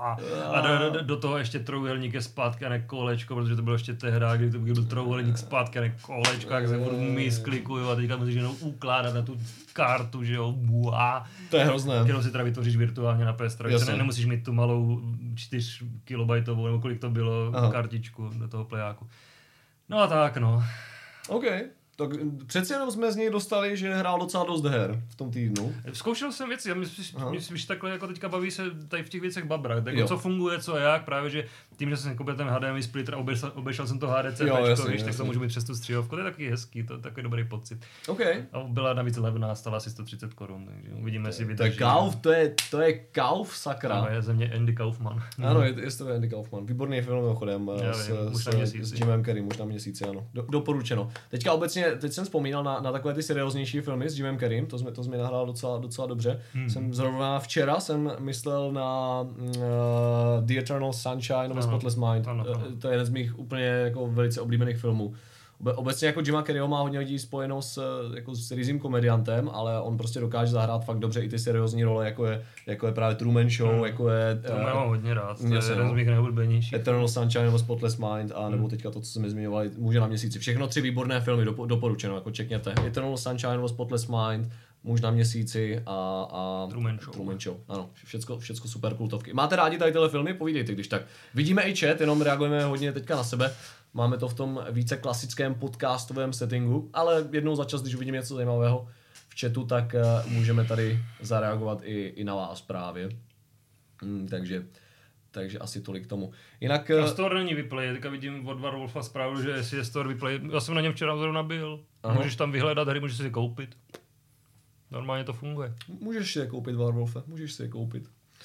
a do, do, do toho ještě trouhelník je zpátky a ne kolečko, protože to bylo ještě tehda, kdy to byl trouhelník zpátky a ne kolečko, jak se budu misklikuju a teďka musíš jenom ukládat na tu kartu, že jo, buá. To je hrozné. Jenom si teda vytvoříš virtuálně na P S tři, ne, nemusíš mít tu malou čtyři kilobajtovou, nebo kolik to bylo, Aha. kartičku do toho plejáku. No a tak no. OK. Tak přeci jenom jsme z něj dostali, že hrál docela dost her v tom týdnu. Zkoušel jsem věci, já myslím, že takhle jako teďka baví se tady v těch věcech babrat, jako co funguje, co a jak, právě že tím, že jsem koupil ten H D M I splitter a obešel, obešel jsem to H D C jo, pečko, jasný, víš, tak to můžu mít přes tu střihovku, to je taky hezký, to je takový dobrý pocit. Okay. A byla navíc levná, stala asi sto třicet korun, takže uvidíme, jestli vydrží. To je Kauf, to je, to je Kauf, sakra. Ano, je ze mě Andy Kaufman. Ano, je, je to Andy Kaufman, výborný film mimochodem s, s, s Jimem Carrey, možná měsíci, ano, Do, doporučeno. Teďka obecně, teď jsem vzpomínal na, na takové ty serióznější filmy s Jimem Carreym, to jsme to jsme nahrál docela, docela dobře. Hmm. Jsem zrovna včera jsem myslel na uh, The Eternal Sunshine of a Spotless Mind. Ano, ano. To je jeden z mých úplně jako velice oblíbených filmů. Obecně jako Jima Carreyho má hodně lidí spojeno s, jako s rizím komediantem, ale on prostě dokáže zahrát fakt dobře i ty seriózní role, jako je, jako je právě Truman Show, hmm. jako je... To uh, mám hodně rád, to je jeden z mých nejoblíbenějších. Eternal Sunshine of a Spotless Mind a nebo hmm. teďka to, co jsme zmiňovali, Muže na měsíci. Všechno tři výborné filmy, dopo, doporučeno, jako čekněte. Eternal Sunshine of a Spotless Mind, Muž na měsíci a, a Truman Show. Truman Show. Ano, všecko, všecko super kultovky. Máte rádi tady tyhle filmy? Povídejte, když tak. Vidíme i chat, jenom reagujeme hodně teďka na sebe. Máme to v tom více klasickém podcastovém settingu, ale jednou za čas, když uvidíme něco zajímavého v chatu, tak uh, můžeme tady zareagovat i, i na vás právě. Hmm, takže, takže asi tolik k tomu. Jinak... Uh, Store není vyplay, teďka vidím od Warwolfa zprávu, že jestli je Store vyplay. Já jsem na něm včera zrovna byl. Aha. Můžeš tam vyhledat hry, můžeš si je koupit. Normálně to funguje. Můžeš si je koupit, Warwolfe, můžeš si je koupit.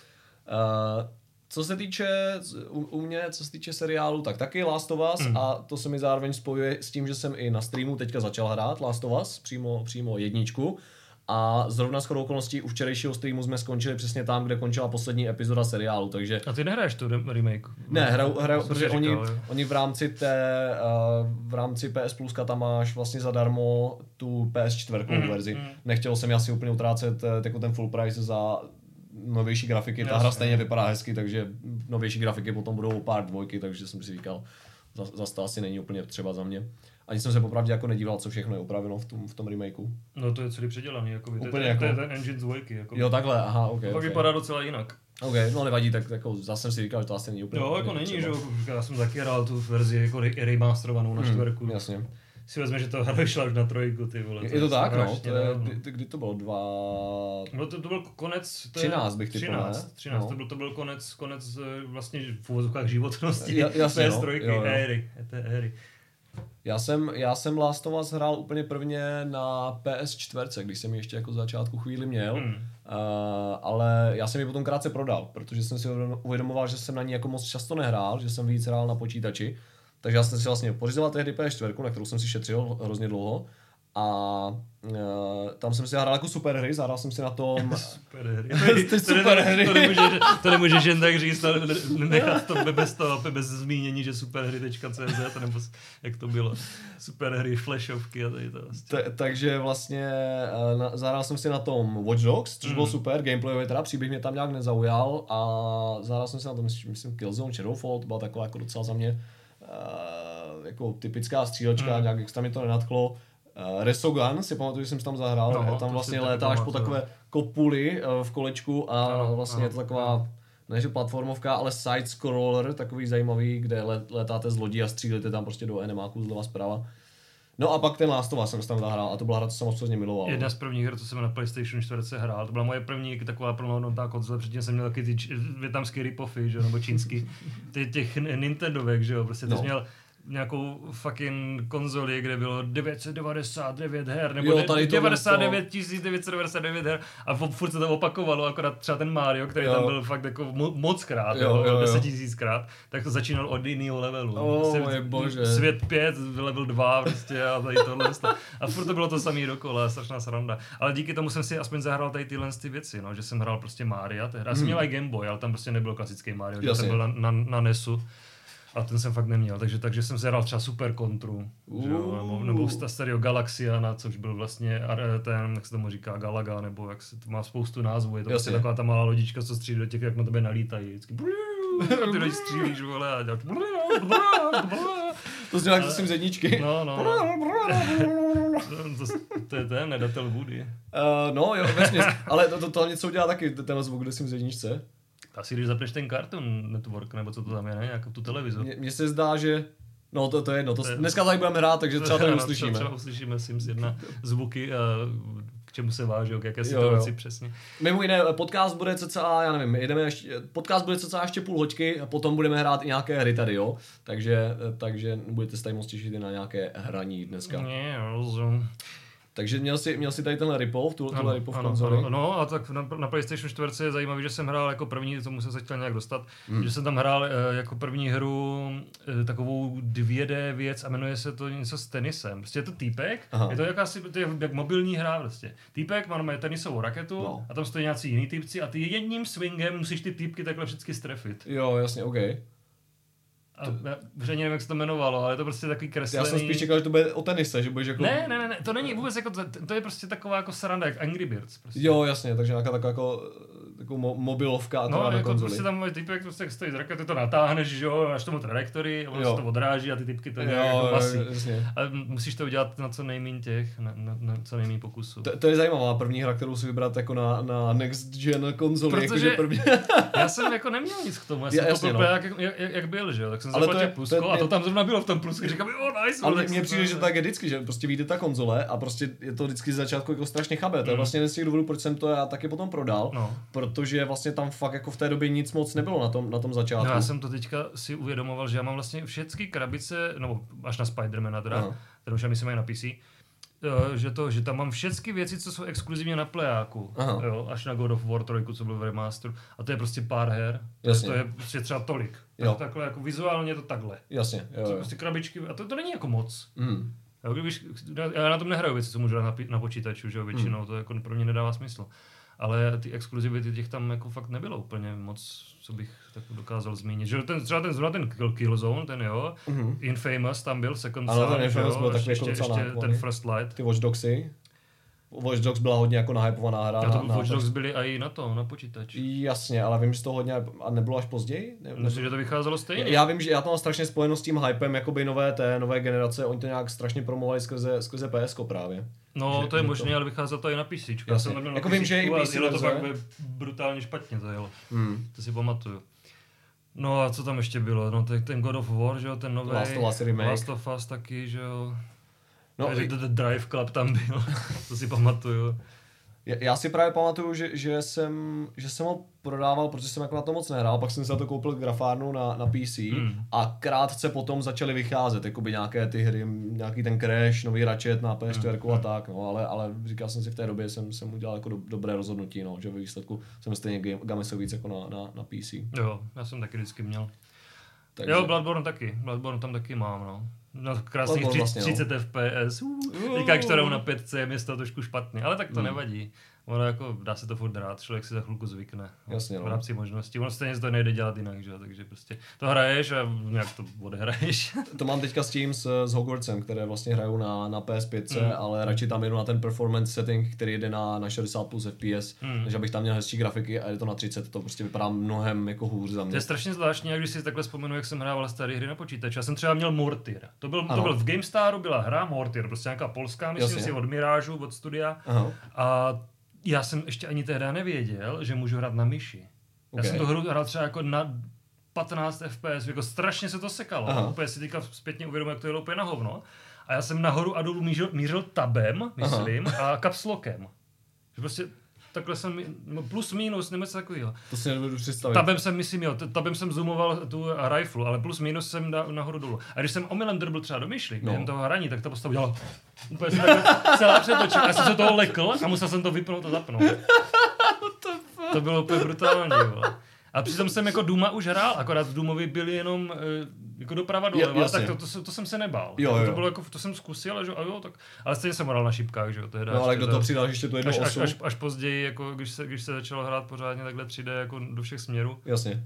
Uh, Co se týče u, u mě, co se týče seriálu, tak taky Last of Us mm. a to se mi zároveň spojuje s tím, že jsem i na streamu teďka začal hrát Last of Us, přímo, přímo jedničku a zrovna shodou okolností u včerejšího streamu jsme skončili přesně tam, kde končila poslední epizoda seriálu, takže... A ty nehraješ tu remake? Ne, hraju, hraju protože říkal, oni, oni v rámci té, uh, v rámci P S Pluska tam máš vlastně zadarmo tu P S čtyři mm, verzi. Mm. Nechtěl jsem asi úplně utrácet jako ten full price za novější grafiky, ta Jasně. hra stejně vypadá hezky, takže novější grafiky potom budou pár dvojky, takže jsem si říkal, zase to asi není úplně třeba za mě. Ani jsem se popravdě jako nedíval, co všechno je upraveno v tom, v tom remakeu. No to je celý předělaný, jako by, úplně to, je, jako... to je ten engine z dvojky. Jako jo, takhle, aha, ok. To okay. vypadá docela jinak. Ok, no nevadí, tak jako zase jsem si říkal, že to asi není úplně... Jo, jako není, že já jsem taky hrál tu verzi jako remasterovanou na hmm, čtverku. Jasně. Si vezme, že to hra vyšla už na trojku, ty vole. Je to tak, no, to je, kdy, kdy to bylo, dva... No to, to byl konec... To třináct bych typl, třináct, třináct, no. to, byl, to byl konec, konec vlastně v uvozovkách životnosti ja, jasně, P S tři, no, éry, té éry. Já jsem, já jsem Last of Us hrál úplně prvně na P S čtyři, když jsem ji ještě jako z začátku chvíli měl, hmm. uh, ale já jsem ji potom krátce prodal, protože jsem si uvědomoval, že jsem na ní jako moc často nehrál, že jsem víc hrál na počítači. Takže já jsem si vlastně pořizoval tehdy P S čtyři, na kterou jsem si šetřil hrozně dlouho. A uh, tam jsem si hrál jako super hry, zahrál jsem si na tom... super hry. to, super hry. To, nemůže, to nemůžeš jen tak říct, nechat to bez toho, bez zmínění, že superhry tečka cé zet, nebo jak to bylo. Super hry, flashovky a tady to vlastně. Ta, takže vlastně uh, na, zahrál jsem si na tom Watch Dogs, což mm. bylo super, gameplayově teda, příběh mě tam nějak nezaujal a zahrál jsem si na tom, myslím, Killzone, Shadowfall, to byla taková jako docela za mě Uh, jako typická střílečka, mm. nějak extra mi to nenadchlo. Uh, Resogun, si pamatuju, že jsem tam zahrál, no, tam vlastně létáš po takové kopuli uh, v kolečku a no, vlastně no, je to taková, no. ne že platformovka, ale side-scroller, takový zajímavý, kde let, letáte z lodí a střílíte tam prostě do enemáků zleva zprava. No a pak ten Last of Us jsem tam zahrál a to byla hra, co jsem absolutně miloval. Jedna z prvních her, co jsem na PlayStation čtyři hrál, to byla moje první taková plnohodnotná konzole, předtím jsem měl taky ty větnamský rip-offy, že jo, nebo čínský, ty, těch Nintendovek, že jo, prostě ty no. jsi měl nějakou fucking konzoli, kde bylo devět set devadesát devět her, nebo jo, devadesát devět tisíc devět set devadesát devět her a furt se to opakovalo, akorát třeba ten Mario, který jo. tam byl fakt jako mo- moc krát, jo, jo, jo. deset tisíc krát, tak to začínal od jiného levelu. Oh, moje bože. Svět pět, level dva prostě a tady tohle. A furt to bylo to samý dokola, strašná sranda. Ale díky tomu jsem si aspoň zahrál tady tyhle ty věci, no, že jsem hrál prostě Maria, tehdy. Já jsem měl i Game Boy, ale tam prostě nebyl klasický Mario, že jsem byl na, na, na NESu. A ten jsem fakt neměl, takže, takže jsem si hrál třeba Super Kontru, uh. nebo, nebo starého Galaxiana, což byl vlastně ten, jak se tomu říká, Galaga, nebo jak se to má spoustu názvů, je to prostě taková ta malá lodička, co střílí do těch, jak na tebe nalítají, vždycky a ty do nich střílíš, vole, a děláš to znělo jak jsem z jedničky. No, no, to, to je ten, Nedatel Woody. Uh, no jo, vesměs, ale to, to, to něco udělá taky, ten zvuk, kde jsem z jedničce. Asi když zapneš ten Cartoon Network, nebo co to tam je, ne? Jako tu televizi. Mně se zdá, že... No to, to je jedno, to, to je... dneska tady budeme hrát, takže třeba to neuslyšíme. Třeba uslyšíme Sims jedna zvuky, a k čemu se váží, k jaké situaci přesně. Mimo jiné, podcast bude cca, já nevím, jedeme ještě, podcast bude cca ještě půl hoďky a potom budeme hrát i nějaké hry tady, jo. Takže, takže budete se tady moc těšit i na nějaké hraní dneska. Ne, rozum. Takže měl jsi, měl jsi tady tenhle ripov, tuhle, tuhle ripov ano, konzoli. Ano, no a tak na, na PlayStation čtyři je zajímavý, že jsem hrál jako první, tomu jsem se chtěl nějak dostat, hmm. že jsem tam hrál e, jako první hru e, takovou dvě dé věc a jmenuje se to něco s tenisem. Prostě je to týpek, Aha. je to jakási, to je jak mobilní hra prostě. Týpek má normálně tenisovou raketu no. a tam stojí nějací jiný týpci a ty jedním swingem musíš ty týpky takhle všechny strefit. Jo, jasně, OK. A já nevím, jak se to jmenovalo, ale je to prostě takový kreslený... Já jsem spíš čekal, že to bude o tenise, že budeš jako... Ne, ne, ne, to není vůbec jako, to je prostě taková jako sranda, jak Angry Birds. Prostě. Jo, jasně, takže nějaká taková jako, takovou mo- mobilovka a no, na jako konzoli. prostě tam můj typek prostě stojí z rakety, to natáhneš, že jo, až tomu trajektory, a ono se to odráží a ty typky to dělají jako basí. Ale musíš to udělat na co nejméně těch, na, na, na co nejméně pokusů. To, to je zajímavá první hra, kterou si vybrat jako na, na next gen konzoli. Protože jako první... já jsem jako neměl nic k tomu, já jsem jasně, to no. jak, jak, jak, byl, že jo, tak jsem zaplatil plusko to je, a to tam zrovna bylo v tom plusku, říkám, jo, nice. Ale mně přijde, že tak je vždycky, že prostě vyjde ta konzole a prostě je to vždycky z začátku jako strašně chabé. Mm. To je vlastně jeden z těch důvodů, proč jsem to já taky potom prodal, no. protože vlastně tam fakt jako v té době nic moc nebylo na tom, na tom začátku. No, já jsem to teďka si uvědomoval, že já mám vlastně všechny krabice, nebo až na Spidermana teda, kterou už myslím mají na P C, že, to, že tam mám všechny věci, co jsou exkluzivně na plejáku, jo, až na God of War tři, co byl v remasteru. A to je prostě pár her, Jasně. to je prostě třeba tolik. Tak, takhle jako vizuálně je to takhle. Jasně, jo, jo. To prostě krabičky, a to, to není jako moc. Mm. Jo, když, já na tom nehraju věci, co můžu na, na počítaču, že jo, většinou, mm. to jako pro mě nedává smysl. Ale ty exkluzivity těch tam jako fakt nebylo úplně moc, co bych tak dokázal zmínit. Že ten, třeba ten, ten Killzone, ten jo, mm-hmm. Infamous tam byl, Second Son, ten Infamous byl ještě, ještě, ještě ten First Light. Ty Watch Dogsy. Watch Dogs byla hodně jako nahypovaná hra. A to na, Watch Dogs byly i na to, na počítač. Jasně, ale vím, že to hodně, a nebylo až později? Ne, Myslím, že to vycházelo stejně. Já vím, že já to mám strašně spojeno s tím hypem, jakoby nové té, nové generace, oni to nějak strašně promovali skrze, skrze P S ko právě. No, že, to je možné, to... ale vycházelo to i na P C. Já jsem neměl na jako vím, že i P C to pak brutálně špatně to jelo. Hmm. To si pamatuju. No a co tam ještě bylo? No ten God of War, že jo, ten nový Last of Us remake. Last of Us taky, že jo. No, takže i... The Drive Club tam byl, to si pamatuju. Já si právě pamatuju, že, že, jsem, že jsem ho prodával, protože jsem jako na to moc nehrál, pak jsem si za to koupil grafárnu na, na P C hmm. a krátce potom začaly vycházet jakoby nějaké ty hry, nějaký ten Crash, nový Ratchet na P S čtyři hmm. a tak, no, ale, ale říkal jsem si v té době, jsem, jsem udělal jako do, dobré rozhodnutí, no, že ve výsledku jsem stejně gamesel víc jako na, na, na P C. Jo, já jsem taky vždycky měl. Takže... Jo, Bloodborne taky, Bloodborne tam taky mám, no. Na krásných vlastně, třicet no. F P S, uh, teďka kterou na pětce je město trošku špatný, ale tak to hmm. nevadí. Ono jako, dá se to furt hrát, člověk si za chvilku zvykne. Jasně, no. V rámci možností. Ono stejně to nejde dělat jinak, že? Takže prostě to hraješ a nějak to odehraješ. To mám teďka s tím s, s Hogwartsem, které vlastně hrajou na, na P S pět, mm. ale radši tam jedu na ten performance setting, který jede na, na šedesát plus F P S, mm. než abych tam měl hezčí grafiky a je to na třicet, to prostě vypadá mnohem jako hůř za mě. To je strašně zvláštní, jak když si takhle vzpomenu, jak jsem hrával staré hry na počítači. Já jsem třeba měl Mortyr. To byl, to byl v GameStaru byla hra Mortyr, prostě nějaká polská, myslím Jasně. si od Mirážu, od studia. Aha. A já jsem ještě ani tehdy nevěděl, že můžu hrát na myši. Okay. Já jsem to hru hrál třeba jako na patnáct F P S, jako strašně se to sekalo. Aha. Úplně si teďka zpětně uvědomuji, jak to je úplně na hovno. A já jsem nahoru a dolů mířil, mířil tabem, myslím, Aha. a capslockem. Že prostě takhle jsem, plus minus, nebo něco takového. To si nebudu představit. Tabem jsem, myslím, jo, tabem jsem zoomoval tu riflu, ale plus minus jsem dal nahoru dolů. A když jsem omylem drbil třeba do myšly, během no. toho hraní, tak ta postava udělala úplně se takhle celá přetočila. Já jsem se toho lekl a musel jsem to vypnout a zapnout. To bylo úplně brutální, vole. A přitom jsem jako Duma už hrál, akorát v Dumovi byli jenom e, jako doprava doleva, tak to, to, to, jsem se nebál. Jo, jo. To bylo jako, to jsem zkusil, že a jo, tak, ale stejně jsem hrál na šipkách, že jo, tehdy. No ale kdo to přidal ještě tu jednu až, osu? Až, až, až později, jako když se, když se začalo hrát pořádně takhle tři dé jako do všech směrů. Jasně.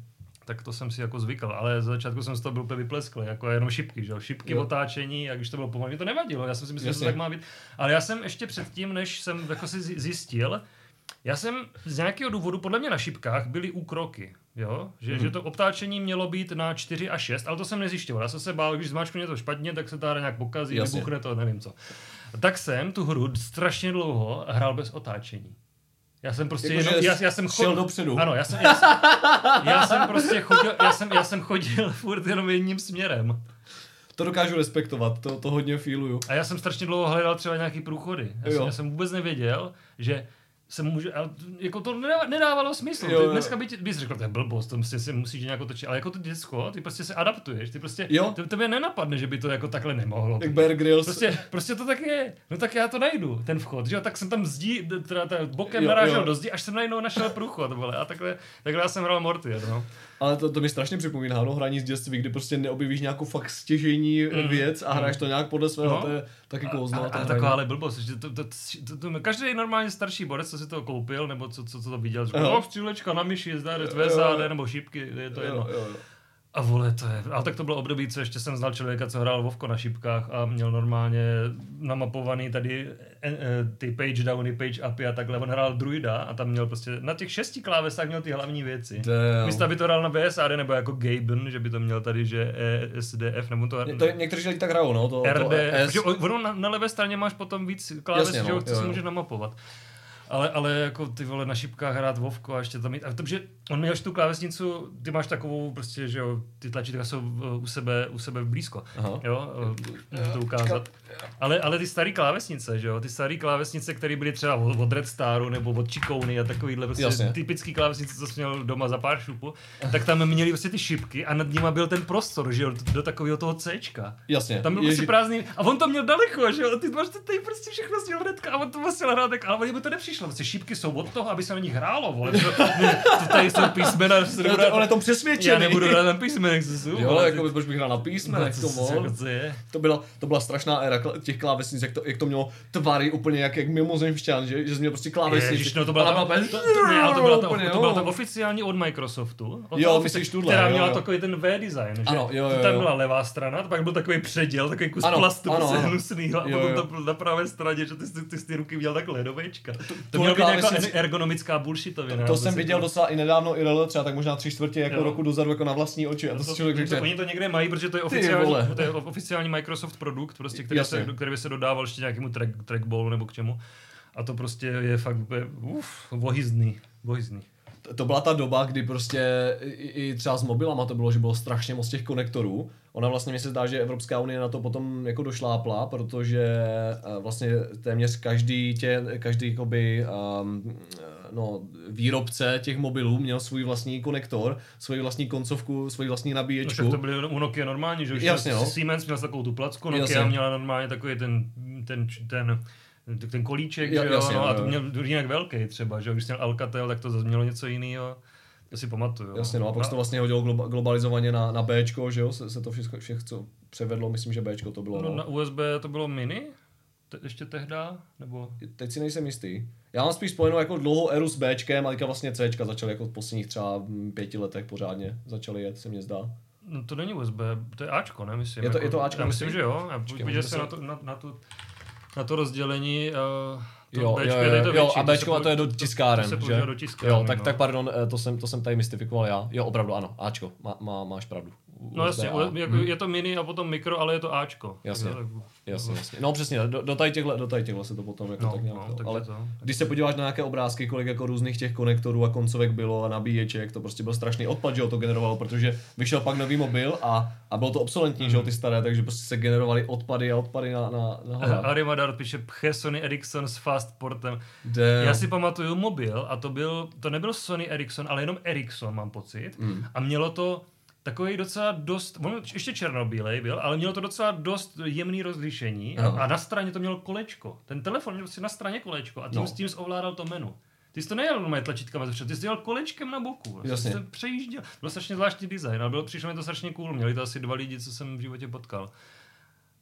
tak to jsem si jako zvykl, ale za začátku jsem z toho byl úplně vyplesklý, jako jenom šipky, že jo, šipky, jo. Otáčení, a když to bylo pomalé, mě to nevadilo, já jsem si myslel, že to tak má být, ale já jsem ještě předtím, než jsem jako si zjistil, já jsem z nějakého důvodu, podle mě na šipkách byly úkroky, jo, že, hmm. že to obtáčení mělo být na čtyři a šest, ale to jsem nezjišťoval, já jsem se bál, když zmáčknu něco špatně, tak se ta hra nějak pokazí, Jasně. vybuchne to, nevím co. Tak jsem tu hru strašně dlouho hrál bez otáčení. Já jsem prostě jako, jenom, já, já jsem šel chodil, dopředu. Ano, já jsem, já jsem, já jsem prostě chodil, já jsem, já jsem chodil furt jenom jedním směrem. To dokážu respektovat, to, to hodně feeluju. A já jsem strašně dlouho hledal třeba nějaký průchody. Já jsem, já jsem vůbec nevěděl, že se může, ale jako to nedávalo smysl. Jo, jo. Dneska by ti, bys řekl, to je blbost, to prostě si musíš nějak otočit, ale jako to děcko, ty prostě se adaptuješ, ty prostě, to, tebe nenapadne, že by to jako takhle nemohlo. Jak Bear Grylls. Prostě, prostě to tak je, no tak já to najdu, ten vchod, že jo, tak jsem tam zdí, teda, teda bokem jo, narážel jo. do zdi, až jsem najednou našel průchod, vole, a takhle, takhle já jsem hrál Mortier, no. Ale to, to mi strašně připomíná, no, hraní z dětství, kdy prostě neobjevíš nějakou fakt stěžejní mm. věc a hraješ to nějak podle svého, no. To je taky kouzlo. A, a, a taková ale blbost, že to, to, to, to, to, každý normálně starší borec, co si to koupil, nebo co, co, co to viděl, řekl, no, střílečka na myši, zdá, tvé záde, nebo šipky, je to jedno. Jo, jo, jo. A vole, to je, ale tak to bylo období, co ještě jsem znal člověka, co hrál Vovko na šipkách a měl normálně namapovaný tady e, e, ty page downy, page upy a takhle. On hrál druida a tam měl prostě, na těch šesti klávesách měl ty hlavní věci. Místo, aby to hrál na V S A D nebo jako Gaben, že by to měl tady, že E, S, D, F, nebo to... Ně, to někteří lidi tak hrajou, no, to, R, D, to S. Protože ono na, na levé straně máš potom víc kláves, Jasně, no, že co si můžeš namapovat. Ale, ale jako ty vole na šipkách hrát Vovko a ještě tam mít, a protože on měl tu klávesnicu, ty máš takovou prostě, že jo, ty tlačítka jsou u sebe, u sebe blízko, Aha. jo, můžu to ukázat. Ale, ale ty staré klávesnice, že jo, ty staré klávesnice, které byly třeba od, od Red Staru nebo od Chicony a takovýhle prostě Jasně. typický klávesnice, co jsi měl doma za pár šupu, tak tam měli prostě ty šipky a nad nima byl ten prostor, že jo, do takového toho Cčka. Jasně. Tam byl Ježi... prostě prázdný a on to měl daleko, že jo, ty máš tady prostě všechno směl hnedka a on to vlastně hrát, tak ale mu to nepřišlo. Vlastně šipky jsou od toho, aby se na nich hrálo, vole. To, ne, to tady jsou písmena. On je tom přesvědčený. Já nebudu hrát na písmenech, co jsou. Jo, jako by, proč bych hrál na písmenech, no, to mohl. To byla, to byla strašná éra těch klávesnic, jak to, jak to mělo tvary úplně jak, jak mimozemšťan, že, že jsi měl prostě klávesnici. Ježiš, no to byla ta, to, to, ne, ale to byla ta, úplně, to byla ta oficiální od Microsoftu. Od jo, myslíš tuhle. Která jo, měla jo. takový ten V-design, že? Ano, jo, jo, jo. Tam byla levá strana, pak byl takový předěl, takový kus ano, plastu, ano, prostě hnusný, a potom to byl na pravé straně, že ty, ty, ty, ty ruky měl takhle ledovečka. To mělo být jako ergonomická bullshitovina. To, to jsem viděl docela i nedávno, i rele, třeba tak možná tři čtvrtě jako roku dozadu jako na vlastní oči. A to, to, člověk, to, oni to někde mají, protože to je oficiální, to je oficiální Microsoft produkt, prostě, který, se, který by se dodával ještě nějakému track, trackballu nebo k čemu. A to prostě je fakt uf, vohyzný, vohyzný. To byla ta doba, kdy prostě i, i třeba s mobilama to bylo, že bylo strašně moc těch konektorů. Ona vlastně mi se zdá, že Evropská unie na to potom jako došlápla, protože vlastně téměř každý, tě, každý jakoby, um, no, výrobce těch mobilů měl svůj vlastní konektor, svoji vlastní koncovku, svoji vlastní nabíječku. No, to byly u Nokia normálně, že už Jasně, no. Siemens měl takovou tu placku, Nokia Jasně. měla normálně takový ten, ten, ten ten kolíček, ja, že jo, jasně, no, a to měl jinak velký třeba, že jo, když měl Alcatel, tak to zase mělo něco jiného, to si pamatuju. Jasně, no a pak se to vlastně hodilo globalizovaně na, na Bčko, že jo, se, se to všechno, všechno převedlo, myslím, že Bčko to bylo. No, no. Na U S B to bylo mini? Te, ještě tehda? Nebo? Teď si nejsem jistý. Já mám spíš spojenou jako dlouhou éru s Bčkem a teďka vlastně Cčka začaly jako v posledních třeba pěti letech pořádně začaly jet, se mně zdá. No to není U S B, to je Ačko, ne, myslím. Je to, jako, je to Ačko, já myslím, myslím, že jo, podívej se na, to, na, na tu na to rozdělení, uh, to jo, Bčko, jo, jo, je to jo, větší, a Bčko a to je do tiskáren, to, to že? Do tiskáren, jo, tak, no. tak pardon, to jsem, to jsem tady mystifikoval já. Jo, opravdu ano, Ačko, má, má, máš pravdu. No jasně, jako hmm. je to mini a potom mikro, ale je to Ačko. Jasně, tak, jasně, jasně. No přesně, do, do tady těchhle, do tady těchhle se to potom jako no, tak nějak, no, ale to, když se podíváš na nějaké obrázky, kolik jako různých těch konektorů a koncovek bylo a nabíječek, to prostě byl strašný odpad, že ho to generovalo, protože vyšel pak nový mobil a, a bylo to obsolentní, hmm. že ho ty staré, takže prostě se generovaly odpady a odpady na, na, na hala. Arimadar píše pche Sony Ericsson s fast portem. Damn. Já si pamatuju mobil a to byl, to nebyl Sony Ericsson, ale jenom Ericsson, mám pocit. Hmm. A mělo to takový docela dost, on ještě černobílej byl, ale mělo to docela dost jemný rozlišení a, a na straně to mělo kolečko. Ten telefon měl prostě na straně kolečko a tím no. s tím ovládal to menu. Ty jsi to nejel normálně tlačítkama ze ty jsi to jel kolečkem na boku. Jasně. Jsi přejížděl. Byl strašně zvláštní design, ale bylo, přišlo mi to strašně cool. Měli to asi dva lidi, co jsem v životě potkal.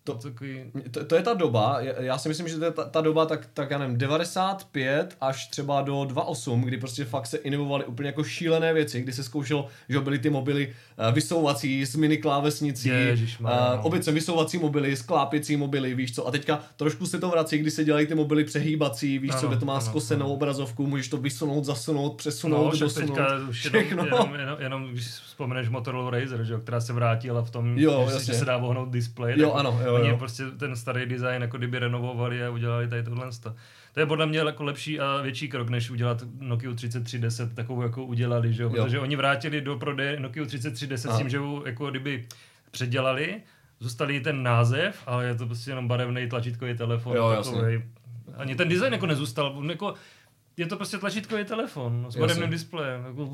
To, takový... to, to je ta doba, já si myslím, že to je ta, ta doba tak, tak já nevím, devadesát pět až třeba do dva osm, kdy prostě fakt se inovovaly úplně jako šílené věci, kdy se zkoušelo, že byly ty mobily uh, vysouvací s mini klávesnicí, uh, obecně vysouvací mobily, sklápěcí mobily, víš co, a teďka trošku se to vrací, kdy se dělají ty mobily přehýbací, víš ano, co, kde to má ano, zkosenou ano. obrazovku, můžeš to vysunout, zasunout, přesunout, no, dosunout, už jenom, jenom, jenom, jenom, když vzpomeneš Motorola Razr, že, která se vrátila v tom, jo, že, že se dá vohnout displej, jo, ano, jo, oni jo. prostě ten starý design jako kdyby renovovali a udělali tady tohle. To je podle mě jako lepší a větší krok, než udělat Nokia třicet tři deset, takovou jako udělali, že jo? Protože jo. oni vrátili do prodeje Nokia třicet tři deset s tím, že ho jako kdyby předělali, zůstali ten název, ale je to prostě jenom barevný tlačítkový telefon. Jo, takovej. Ani ten design jako nezůstal, jako, je to prostě tlačítkový telefon no, s barevným displejem. Jako...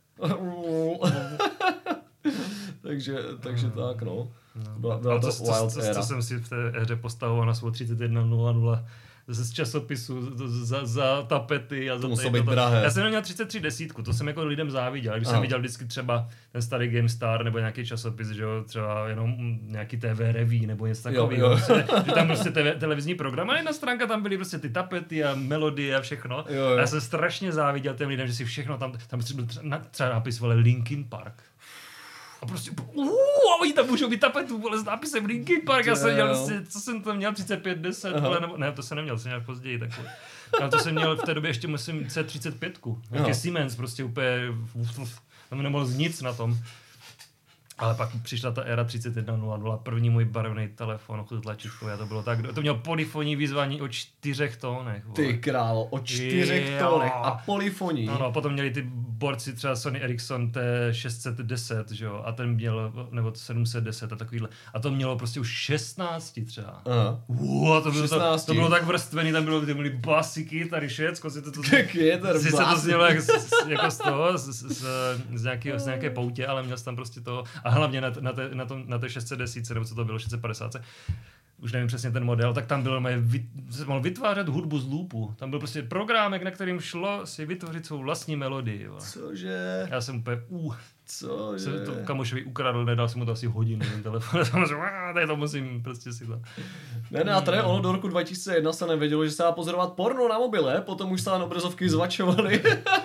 takže takže no. tak, no. no. Byla, byla to, to wild era. Co jsem si v té hře postavoval na svou třicet jedna nula nula z časopisu za, za tapety a za to muselo být drahé. Já jsem neměl třicet tři desítku, to jsem jako lidem záviděl. Když Aha. jsem viděl vždycky třeba ten starý GameStar nebo nějaký časopis, že jo, třeba jenom nějaký T V Reví nebo něco takového. Prostě, že tam prostě te- televizní program a jedna stránka tam byly prostě ty tapety a melodie a všechno. Jo, jo. A já jsem strašně záviděl těm lidem, že si všechno tam, tam byl třeba nápis, vole, Linkin Park. A prostě, uuu, a oni tam můžou být tapetu, vole, s nápisem Linkin Park, já jsem měl, prostě, co jsem to měl, třicet pět deset, vole, nebo, ne, to jsem neměl, jsem měl později takový. Ale to jsem měl v té době ještě, myslím, C třicet pět, nějaký Siemens, prostě úplně, tam nemohl nic na tom. Ale pak přišla ta éra třicet jedna nula nula, první můj barevný telefon, tlačítko, já to bylo tak, to mělo polyfonní výzvání o čtyřech tónech. Vole. Ty králo, o čtyřech jo. tónech a polyfoní. Ano, a potom měli ty borci třeba Sony Ericsson T šest set deset, že jo, a ten měl, nebo sedm set deset a takovýhle. A to mělo prostě už šestnáct třeba. Aha. Uh, to, bylo to, to bylo tak vrstvený, tam bylo, ty byly basiky, tady všecko, si to, to, si se to znělo jak, jako z toho, z, z, z, z, nějaký, z nějaké poutě, ale měl jsi tam prostě to. A hlavně na, na, té, na, tom, na té šest set deset, nebo co to bylo, šest set padesát, už nevím přesně ten model, tak tam bylo, mohl vytvářet hudbu z loopu. Tam byl prostě programek, na kterým šlo si vytvořit svou vlastní melodii. Jo. Cože? Já jsem úplně, uh, Cože? jsem to kamošovi ukradl, nedal jsem mu to asi hodinu, ten telefon. Samozřejmě, tady to musím prostě si to. Ne, ne, a tady ono do roku dva tisíce jedna se nevědělo, že se dá pozorovat porno na mobile, potom už se na obrazovky zvačovaly.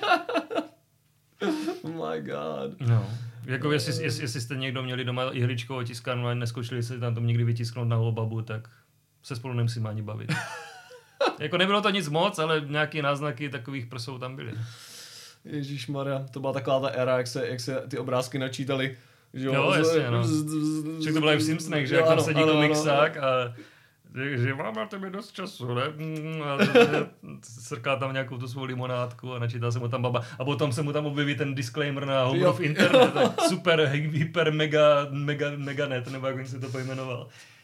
Oh my god. No. Jako jestli, jestli, jestli jste někdo měli doma jehličkovou tiskárnu a neskočili se tam to někdy vytisknout na lobabu, tak se spolu nemusíme ani bavit. Jako nebylo to nic moc, ale nějaké náznaky takových prsou tam byly. Ježišmarja, to byla taková ta éra, jak se, jak se ty obrázky načítaly. Že jo, jo jasně, no. Však to bylo i v Simpsonech, že jo, jak tam sedí komiksák a že mám na tebe dost času, ne? A srká tam nějakou tu svou limonádku a načítá se mu tam baba. A potom se mu tam objeví ten disclaimer na Homerův internet. Super, hyper, mega, mega, mega net, nebo jak se to pojmenoval.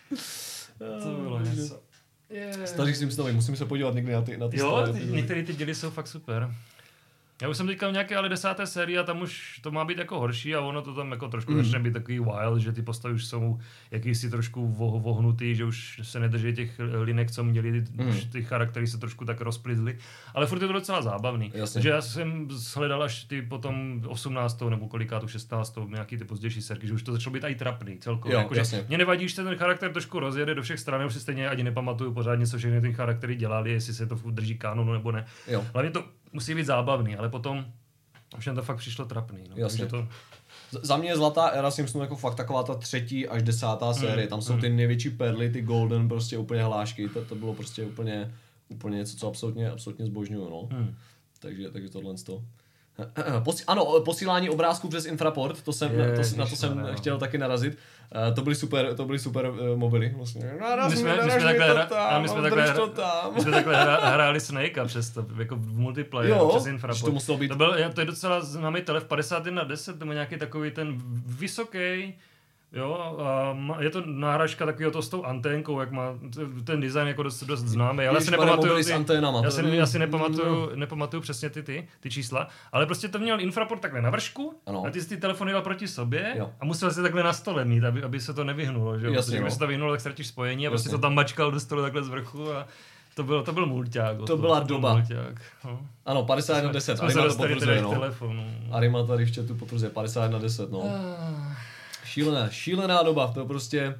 To bylo něco. Yeah. Staří Simpsonovi, musím se podívat někdy na ty, na ty jo, ty, některé ty díly jsou fakt super. Já už jsem teďka v nějaké ale desáté sérii a tam už to má být jako horší a ono to tam jako trošku mm. začne být takový wild, že ty postavy už jsou jakýsi trošku vohnutý, že už se nedrží těch linek, co měli, mm. už ty charaktery se trošku tak rozplizly, ale furt je to docela zábavný. Jasně. Že já jsem shledal až ty potom osmnáctou nebo kolikátou šestnáctou nějaký ty pozdější sérky, že už to začalo být i trapný celkově. Jako, mě nevadí, že ten charakter trošku rozjede do všech stran, už si stejně ani nepamatuju pořádně, co všechny ty charaktery dělali, jestli se to drží kanonu nebo ne. Jo. Hlavně to musí být zábavný, ale potom už to fakt přišlo trapný. No. Jasně. To... Za mě je zlatá éra Simpsonů jako fakt taková ta třetí až desátá série. Mm, Tam jsou mm. ty největší perly, ty golden prostě úplně hlášky. To, to bylo prostě úplně, úplně něco, co absolutně, absolutně zbožňuju. No. Mm. Takže, takže tohle z toho. Posi- ano, posílání obrázků přes infraport, to jsem, je, to, na to jsem ne, chtěl taky narazit. Uh, to byly super, to byly super uh, mobily vlastně. Naraz my jsme, my jsme takhle, hra, tam, my jsme takhle, hra, my jsme takhle hra, hráli Snakea přes to, jako v multiplayer, jo, přes infraport. To muselo být. To, byl, to je docela známý telef padesát jedna deset, to má nějaký takový ten vysoký. Jo, a je to náhražka takového to s tou anténkou, jak má ten design jako dost, dost známý, ale já si nepamatuju ty, anténama, já si, já si nepamatuju, nepamatuju přesně ty, ty, ty čísla, ale prostě to měl infraport takhle na vršku ano. A ty si ty telefony dal proti sobě jo. A musel si takhle na stole mít, aby, aby se to nevyhnulo, že jo, protože kdyby se to vyhnulo, tak ztratíš spojení a prostě to tam mačkal do stolu takhle z vrchu a to byl, to byl mulťák. To byla to doba. Mulťák, no. Ano, padesát jedna deset, Arima to potvrzuje, no. Arima tady v chatu potvrzuje, padesát jedna deset, no. Šílená, šílená doba, to prostě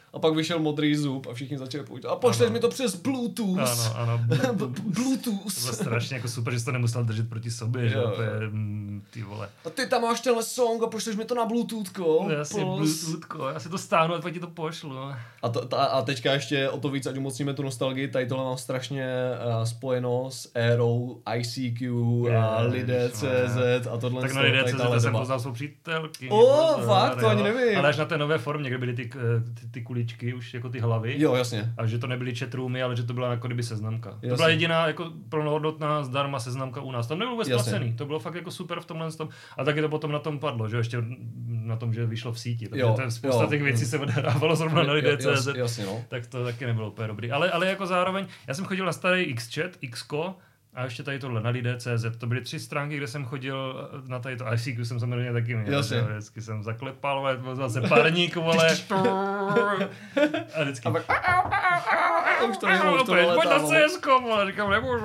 A pak vyšel modrý zub a všichni začali používat. A pošleš mi to přes Bluetooth. Ano, ano. Bluetooth. To bylo strašně jako super, že jsi to nemusel držet proti sobě, že jo, ty vole. A ty tam máš tenhle song a pošleš mi to na Bluetoothko. Jasně, Bluetoothko, já si to stáhnu a pak ti to pošlu. A, to, ta, a teďka ještě o to víc, ať umocníme tu nostalgii, tady tohle mám strašně uh, spojeno s érou I C Q a lidé tečka cé zet a tohle. Tak na lidé tečka cé zet jsem poznal svou přítelky. O, fakt, to ani nevím. Ale až na té nové formě, kde byly ty, ty, ty kuličky, už jako ty hlavy. Jo, jasně. A že to nebyly chatroomy, ale že to byla jako kdyby seznamka. Jasně. To byla jediná jako plnohodnotná zdarma seznamka u nás. Tam nebylo vůbec placený. To bylo fakt jako super v tomhle tom. A taky to potom na tom padlo, že ještě na tom, že vyšlo v síti. Takže to spousta jo, těch věcí jo. se odehrávalo zrovna na lidé tečka cé zet. Jasně, no. Tak to taky nebylo úplně dobrý. Ale, ale jako zároveň, já jsem chodil na starý Xchat, Xko, a ještě tady tohle, na lidé tečka cé zet. To byly tři stránky, kde jsem chodil na tady to I C Q, jsem samozřejmě taky měl. Jasně. Vždycky jsem zaklepal, ale zase párník, vole. A vždycky... A už to nebylo, už to pojď na C S ko, vole, říkám, nemůžu.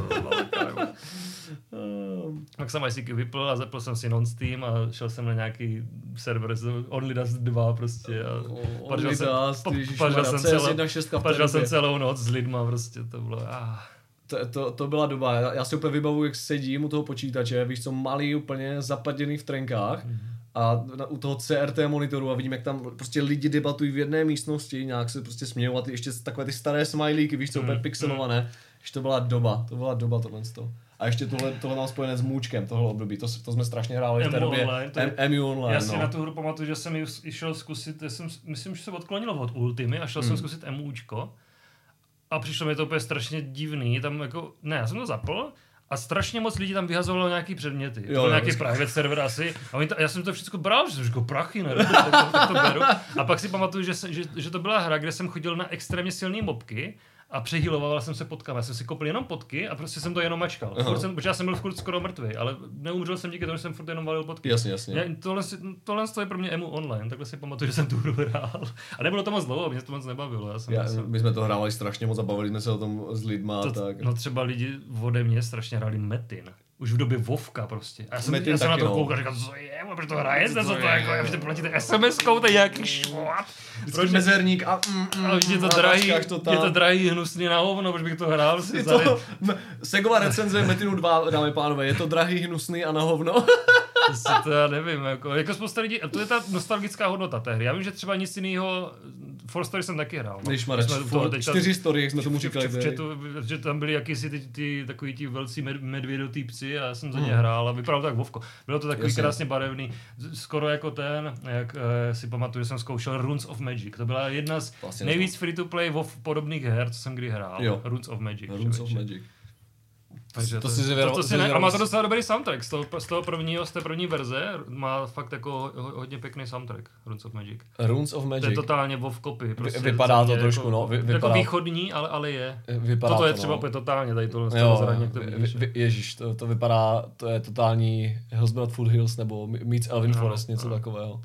Tak jsem I C Q vypl a zapl jsem si non-steam a šel jsem na nějaký server OnlyDust dva prostě a pařil jsem, pařil jsem, celou, pařil jsem celou noc s lidma prostě, to bylo ah. To, to, to byla doba, já, já si úplně vybavuji, jak sedím u toho počítače, víš co, malý úplně zapaděný v trenkách mm. a na, u toho C R T monitoru a vidím, jak tam prostě lidi debatují v jedné místnosti, nějak se prostě smějou a ty, ještě takové ty staré smajlíky, víš co, úplně mm. pixelované, ještě to byla doba, to byla doba tohle z toho. A ještě tohle, tohle mám spojené s Můčkem, tohle období, to, to jsme strašně hráli v té době. M U Online, já si no. na tu hru pamatuju, že jsem ji šel zkusit, já jsem, myslím, že se odklonilo od Ultimy a šel hmm. jsem zkusit MUčko. A přišlo mi to úplně strašně divný, tam jako, ne, já jsem to zapl a strašně moc lidí tam vyhazovalo nějaký předměty. Jo, to byl nějaký private server asi a oni to, já jsem to všechno bral, že jsem říkal prachy, ne, tak, tak, tak to beru. A pak si pamatuju, že, že, že to byla hra, kde jsem chodil na extrémně silný mobky a přehyloval jsem se potkama. Já jsem si kopl jenom potky a prostě jsem to jenom mačkal. Jsem, protože já jsem byl furt skoro mrtvý, ale neumřel jsem díky tomu, že jsem furt jenom valil potky. Jasně, jasně. Já, tohle, tohle je pro mě M U Online, takhle si pamatuju, že jsem tu hru hrál. A nebylo to moc dlouho, mě to moc nebavilo. Já jsem já, myslím, my jsme to hrávali strašně moc a bavili jsme se o tom s lidma. To, tak. No třeba lidi ode mě strašně hráli Metin. Už v době Vovka prostě. A já jsem, Metin já jsem na to no. koukal a říkal, co je, protože to hraje, co to jako, já to platíte es em eskou, to je nějaký švát. Proč mezerník a mm, mm, a už je to drahý, je to drahý, hnusný na hovno, proč bych to hrál. Je to, Segova recenze Metinu dva, dámy pánové, je to drahý, hnusný a na hovno. To já nevím, jako, jako spousta lidí, to je ta nostalgická hodnota té hry. Já vím, že třeba nic jiného, Four Story jsem taky hrál. No. Když Marek, čtyři story, jak jsme tomu říkali. V chatu, že tam byli jakýsi ty, ty takový ti velcí med, medvědotýpci a já jsem za ně hrál a vypadalo tak Vovko. Bylo to takový Jasně. krásně barevný, skoro jako ten, jak eh, si pamatuju, že jsem zkoušel Runes of Magic. To byla jedna z vlastně nejvíc free-to-play Vov podobných her, co jsem kdy hrál. Jo. Runes of Magic. Runes of Magic. Takže to, to, si to, to si ne, a má to docela dobrý soundtrack, z toho, z toho prvního, z té první verze má fakt jako hodně pěkný soundtrack, Runes of Magic. Runes of Magic. To je totálně WoW copy. Prostě vypadá to trošku, jako, no. Vy, vypadá. Jako východní, ale, ale je. Vypadá Toto je to, třeba no. úplně totálně, tady tohle jo, zraně, to vidíš. Vy, ježiš, to, to vypadá, to je totální Hillsborough Foothills nebo meets Elven no, Forest, něco no. takového.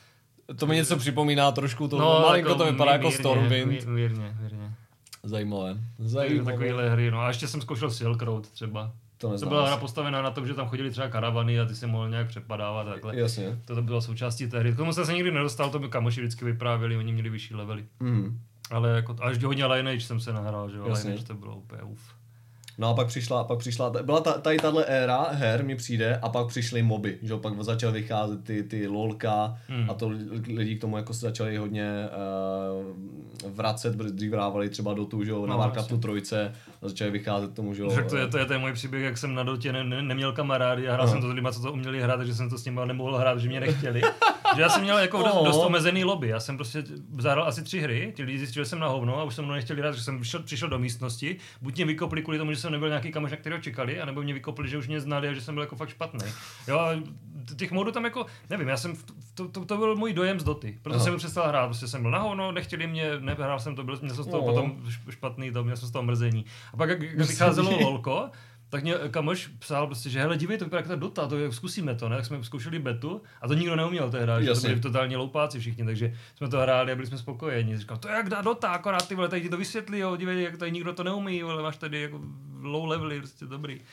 To mi něco připomíná trošku, to no, malinko jako to vypadá mírně, jako Stormwind. Mírně, mírně. Zajímavé. Zajímavé. Takovýhle hry, no a ještě jsem zkoušel Silk Road třeba. To, to byla hra postavená na tom, že tam chodili třeba karavany a ty si mohl nějak přepadávat takhle. Jasně. To bylo součástí té hry. K tomu jsem se nikdy nedostal, to by kamoši vždycky vyprávěli, oni měli vyšší levely. Mm. Ale jako, až hodně Lineage jsem se nahrál, že jo, Lineage to bylo úplně uf. No a pak přišla, pak přišla, byla ta, tady tahle éra her mi přijde a pak přišly moby, že jo, pak začaly vycházet ty, ty lolka hmm. a to lidi k tomu jako se začali hodně uh, vracet, protože dřív hrávali třeba Dotu, že jo, no, na Warcraftu trojce a začali vycházet tomu, že jo. Tak to je, to je ten můj příběh, jak jsem na Dotě ne, ne, neměl kamarády a hrál Aha. jsem to s lidma, co to uměli hrát, takže jsem to s nimi nemohl hrát, že mě nechtěli. Že já jsem měl jako dost, dost omezený lobby, já jsem prostě zahrál asi tři hry, ti lidi zjistili, že jsem na hovno a už jsem mnou nechtěli hrát, že jsem přišel, přišel do místnosti, buď mě vykopli kvůli tomu, že jsem nebyl nějaký kamoš, na kterého čekali, anebo mě vykopli, že už mě znali a že jsem byl jako fakt špatný. Jo, a těch modů tam jako, nevím, já jsem, to, to, to byl můj dojem z Doty, proto Aha. jsem přestal hrát, prostě jsem byl na hovno, nechtěli mě, nehrál jsem to, byl, měl jsem z toho no. potom špatný, to, měl jsem z toho mrzení. A pak, jak, jak vycházelo lolko, tak mě kamoš psal prostě, že hele, dívej, to vypadá jako ta Dota, to je, zkusíme to, ne? Tak jsme zkoušeli betu a to nikdo neuměl to hrát, že to byli totální loupáci všichni, takže jsme to hráli a byli jsme spokojeni. Říkal, to je jak dá Dota, akorát ty vole, tady ti to vysvětlí, jo, dívej, jak tady nikdo to neumí, ale máš tady jako low levely, prostě dobrý.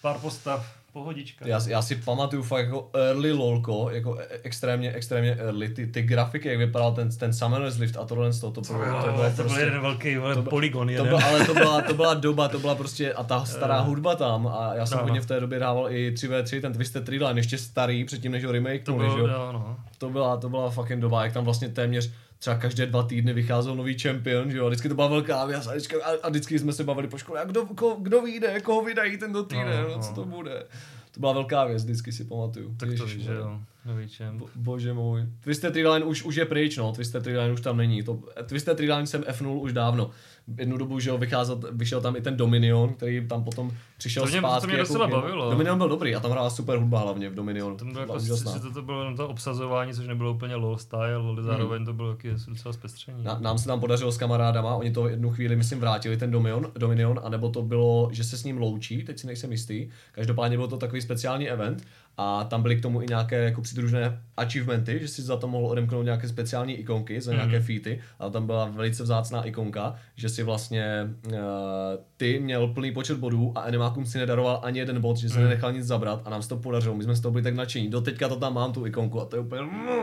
Pár postav, pohodička. Já, já si pamatuju fakt jako early lolko, jako extrémně, extrémně early, ty, ty grafiky, jak vypadal ten, ten Summoner's Rift a tohle to, to, to, bylo, to, bylo to prostě, byl jeden velký vole, to, polygon. To byl, ale to byla, to byla doba, to byla prostě a ta stará hudba tam a já jsem no, hodně no. v té době hrával i tři vé tři, ten Twisted Treeline, ještě starý, předtím než ho remake, To, že jo? Jo, no. To byla, to byla fucking doba, jak tam vlastně téměř třeba každé dva týdny vycházel nový champion, že jo, vždycky to byla velká věc a vždycky, a vždycky jsme se bavili po škole, a kdo, ko, kdo vyjde, koho vydají tento týden, no, no. co to bude. To byla velká věc, vždycky si pamatuju. Tak to víš, že jo, nový champ. Bo, bože můj. Twisted Treeline už, už je pryč, no, Twisted Treeline už tam není. To, Twisted Treeline jsem Fnul už dávno. Jednu dobu, že jo, vycházel, vyšel tam i ten Dominion, který tam potom přišel to mě, zpátky. To mě jako docela bavilo. Dominion byl dobrý a tam hrála super hudba hlavně v Dominionu. To bylo jako, to, to bylo to obsazování, což nebylo úplně LoL style, ale zároveň hmm. to bylo taky docela zpestření. Na, nám se tam podařilo s kamarádama, oni to jednu chvíli, myslím, vrátili ten Dominion, Dominion, anebo to bylo, že se s ním loučí, teď si nejsem jistý. Každopádně byl to takový speciální event a tam byly k tomu i nějaké jako přidružené achievementy, že si za to mohl odemknout nějaké speciální ikonky za nějaké mm. featy, a tam byla velice vzácná ikonka, že si vlastně uh, ty měl plný počet bodů a enemákům si nedaroval ani jeden bod, že se mm. nenechal nic zabrat a nám se to podařilo, my jsme z toho byli tak nadšení, doteďka to tam mám tu ikonku a to je úplně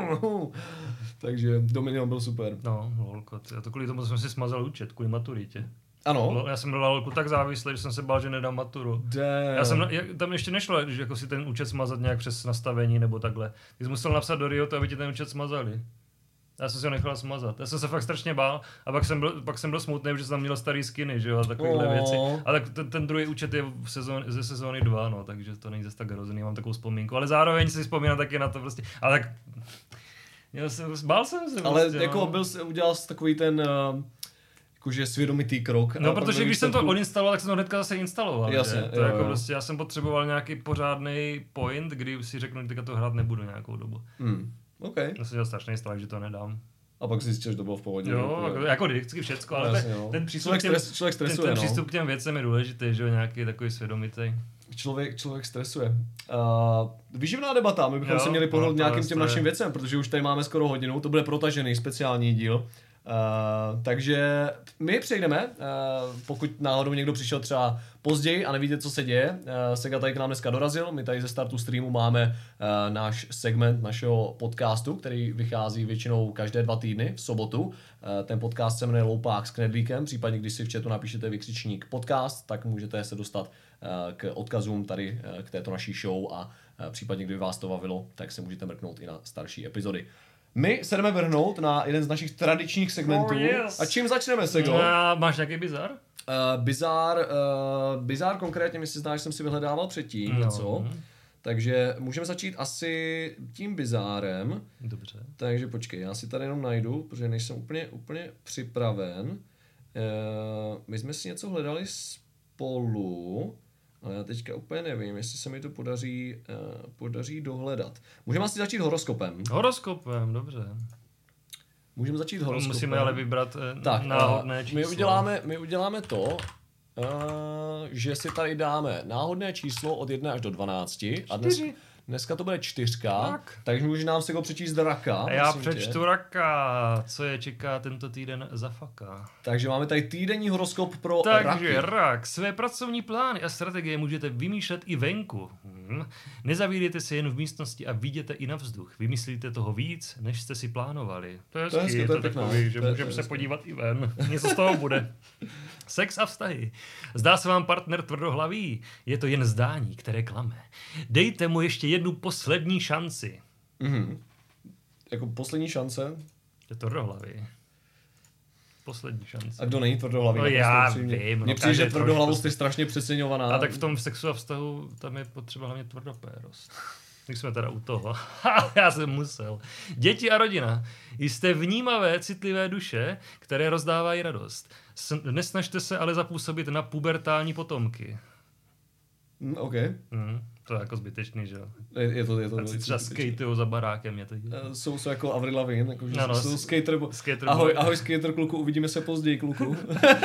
takže Dominion byl super. No, lolko, já to kvůli tomu jsem si smazal účet, kvůli maturitě. Ano. Já jsem byl na lolku tak závislý, že jsem se bál, že nedám maturu. Damn. Já jsem, tam ještě nešlo, že jako si ten účet smazat nějak přes nastavení nebo takhle. Ty jsi musel napsat do Riotu, aby ti ten účet smazali. Já jsem si ho nechal smazat. Já jsem se fakt strašně bál a pak jsem byl, pak jsem byl smutný, protože jsem tam měl starý skiny, že jo, a takovýhle oh. věci. A tak ten, ten druhý účet je v sezon, ze sezóny dva, no, takže to není zase tak hrozný, mám takovou vzpomínku. Ale zároveň si vzpomínám taky na to prostě, ale tak... Měl jsem, bál jsem se. Ale prostě, jako no. byl, udělal jsi takový ten... Uh... jakože svědomitý krok. No, protože když jsem to odinstaloval, tak jsem to hnedka zase instaloval. Jasně, to jo, jako jo. prostě, já jsem potřeboval nějaký pořádný point, kdy si řeknu, že teďka to hrát nebudu nějakou dobu. Hmm. Okay. Já jsem dělal strašný strach, že to nedám. A pak si zjistil, že to bylo v pohodě. Jo, jako, jako vždycky všecko, ale jasně, ten, ten přístup, člověk, k těm, stres, člověk stresuje, ten, ten no. přístup k těm věcem je důležitý, že jo, nějaký takový svědomitý. Člověk, člověk stresuje. Uh, výživná debata, my bychom jo, se měli pohnout no, nějakým těm je. našim věcem, protože už tady máme skoro hodinu, to bude protažený speciální díl. Uh, takže my přejdeme, uh, pokud náhodou někdo přišel třeba později a nevíte, co se děje. Uh, Sega tady k nám dneska dorazil, my tady ze startu streamu máme uh, náš segment našeho podcastu, který vychází většinou každé dva týdny v sobotu. Uh, ten podcast se jmenuje Loupák s Knedlíkem, případně když si v chatu napíšete vykřičník podcast, tak můžete se dostat uh, k odkazům tady uh, k této naší show a uh, případně kdyby vás to bavilo, tak se můžete mrknout i na starší epizody. My se jdeme vrhnout na jeden z našich tradičních segmentů. Oh, yes. A čím začneme, Sego? No, máš nějaký bizar? Uh, bizar, uh, bizar konkrétně, my si znáš, jsem si vyhledával předtím no. něco. Takže můžeme začít asi tím bizárem. Dobře. Takže počkej, já si tady jenom najdu, protože nejsem úplně, úplně připraven. Uh, my jsme si něco hledali spolu, ale já teďka úplně nevím, jestli se mi to podaří, uh, podaří dohledat. Můžeme asi začít horoskopem. Horoskopem, dobře. Můžeme začít horoskopem. Musíme ale vybrat eh, tak, náhodné číslo. My uděláme, my uděláme to, uh, že si tady dáme náhodné číslo od jedné až do dvanácti. A dnes, dneska to bude čtyřka, tak. Takže můžeš nám se go přečíst raka. A já přečtu tě. Raka, co je čeká tento týden za faka. Takže máme tady týdenní horoskop pro Takže raky. Takže rak, své pracovní plány a strategie můžete vymýšlet i venku. Hmm. Nezavídejte se jen v místnosti a vyjděte i na vzduch. Vymyslíte toho víc, než jste si plánovali. To je hezký, je to, to takový, že můžeme se podívat i ven. Něco z toho bude. Sex a vztahy. Zdá se vám partner tvrdohlavý? Je to jen zdání, které klame. Dejte mu ještě jednu poslední šanci. Mm-hmm. Jako poslední šance? Je tvrdohlavý. Poslední šance. A kdo není tvrdohlavý? No já vím. Mně přijde, že tvrdohlavost je strašně přeceňovaná. A tak v tom sexu a vztahu tam je potřeba hlavně tvrdopérost. Tak jsme teda u toho. Já jsem musel. Děti a rodina. Jste vnímavé, citlivé duše, které rozdávají radost. Nesnažte se ale zapůsobit na pubertální potomky. Mm, OK. Mm, to je jako zbytečný, že jo? Je, je to, je to. Tak si třeba skatujou za barákem. Je to uh, jsou, jsou jako Avril Lavigne, jako, že no, no, jsou skater, bo... skater ahoj, ahoj skater kluku, uvidíme se později kluku.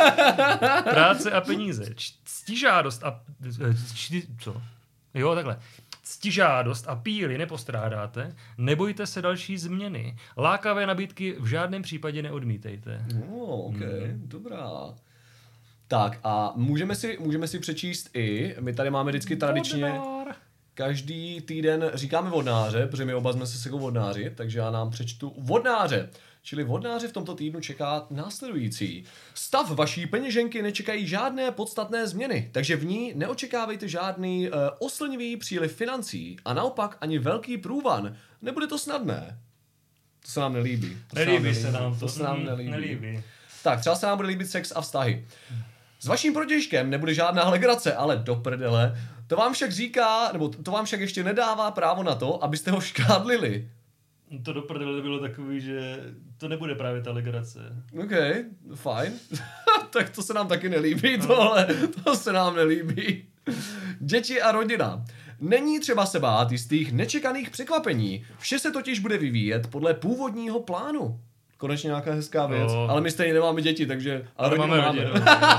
Práce a peníze. Ctižádost a... Čty... Co? Jo, takhle. Ctižádost a píly nepostrádáte, nebojte se další změny. Lákavé nabídky v žádném případě neodmítejte. No, ok, hmm. dobrá. Tak a můžeme si, můžeme si přečíst i, my tady máme vždycky tradičně, Vodnár. každý týden říkáme vodnáře, protože my oba jsme se jako vodnáři, takže já nám přečtu vodnáře. Čili vodnáře v tomto týdnu čeká následující. Stav vaší peněženky nečekají žádné podstatné změny, takže v ní neočekávejte žádný uh, oslnivý příliv financí a naopak ani velký průvan. Nebude to snadné. To se nám nelíbí. To Nelíbí se se nám to. To se nám Mm, nelíbí. nelíbí. Tak, třeba se nám bude líbit sex a vztahy. S vaším protějškem nebude žádná legrace, ale do prdele. To vám však říká, nebo to vám však ještě nedává právo na to, abyste ho škádlili. To do prdele bylo takový, že to nebude právě ta legrace. OK, fajn. Tak to se nám taky nelíbí, tohle. To se nám nelíbí. Děti a rodina. Není třeba se bát jistých nečekaných překvapení. Vše se totiž bude vyvíjet podle původního plánu. Konečně nějaká hezká věc. No. Ale my stejně nemáme děti, takže... Ale, ale máme rodinu.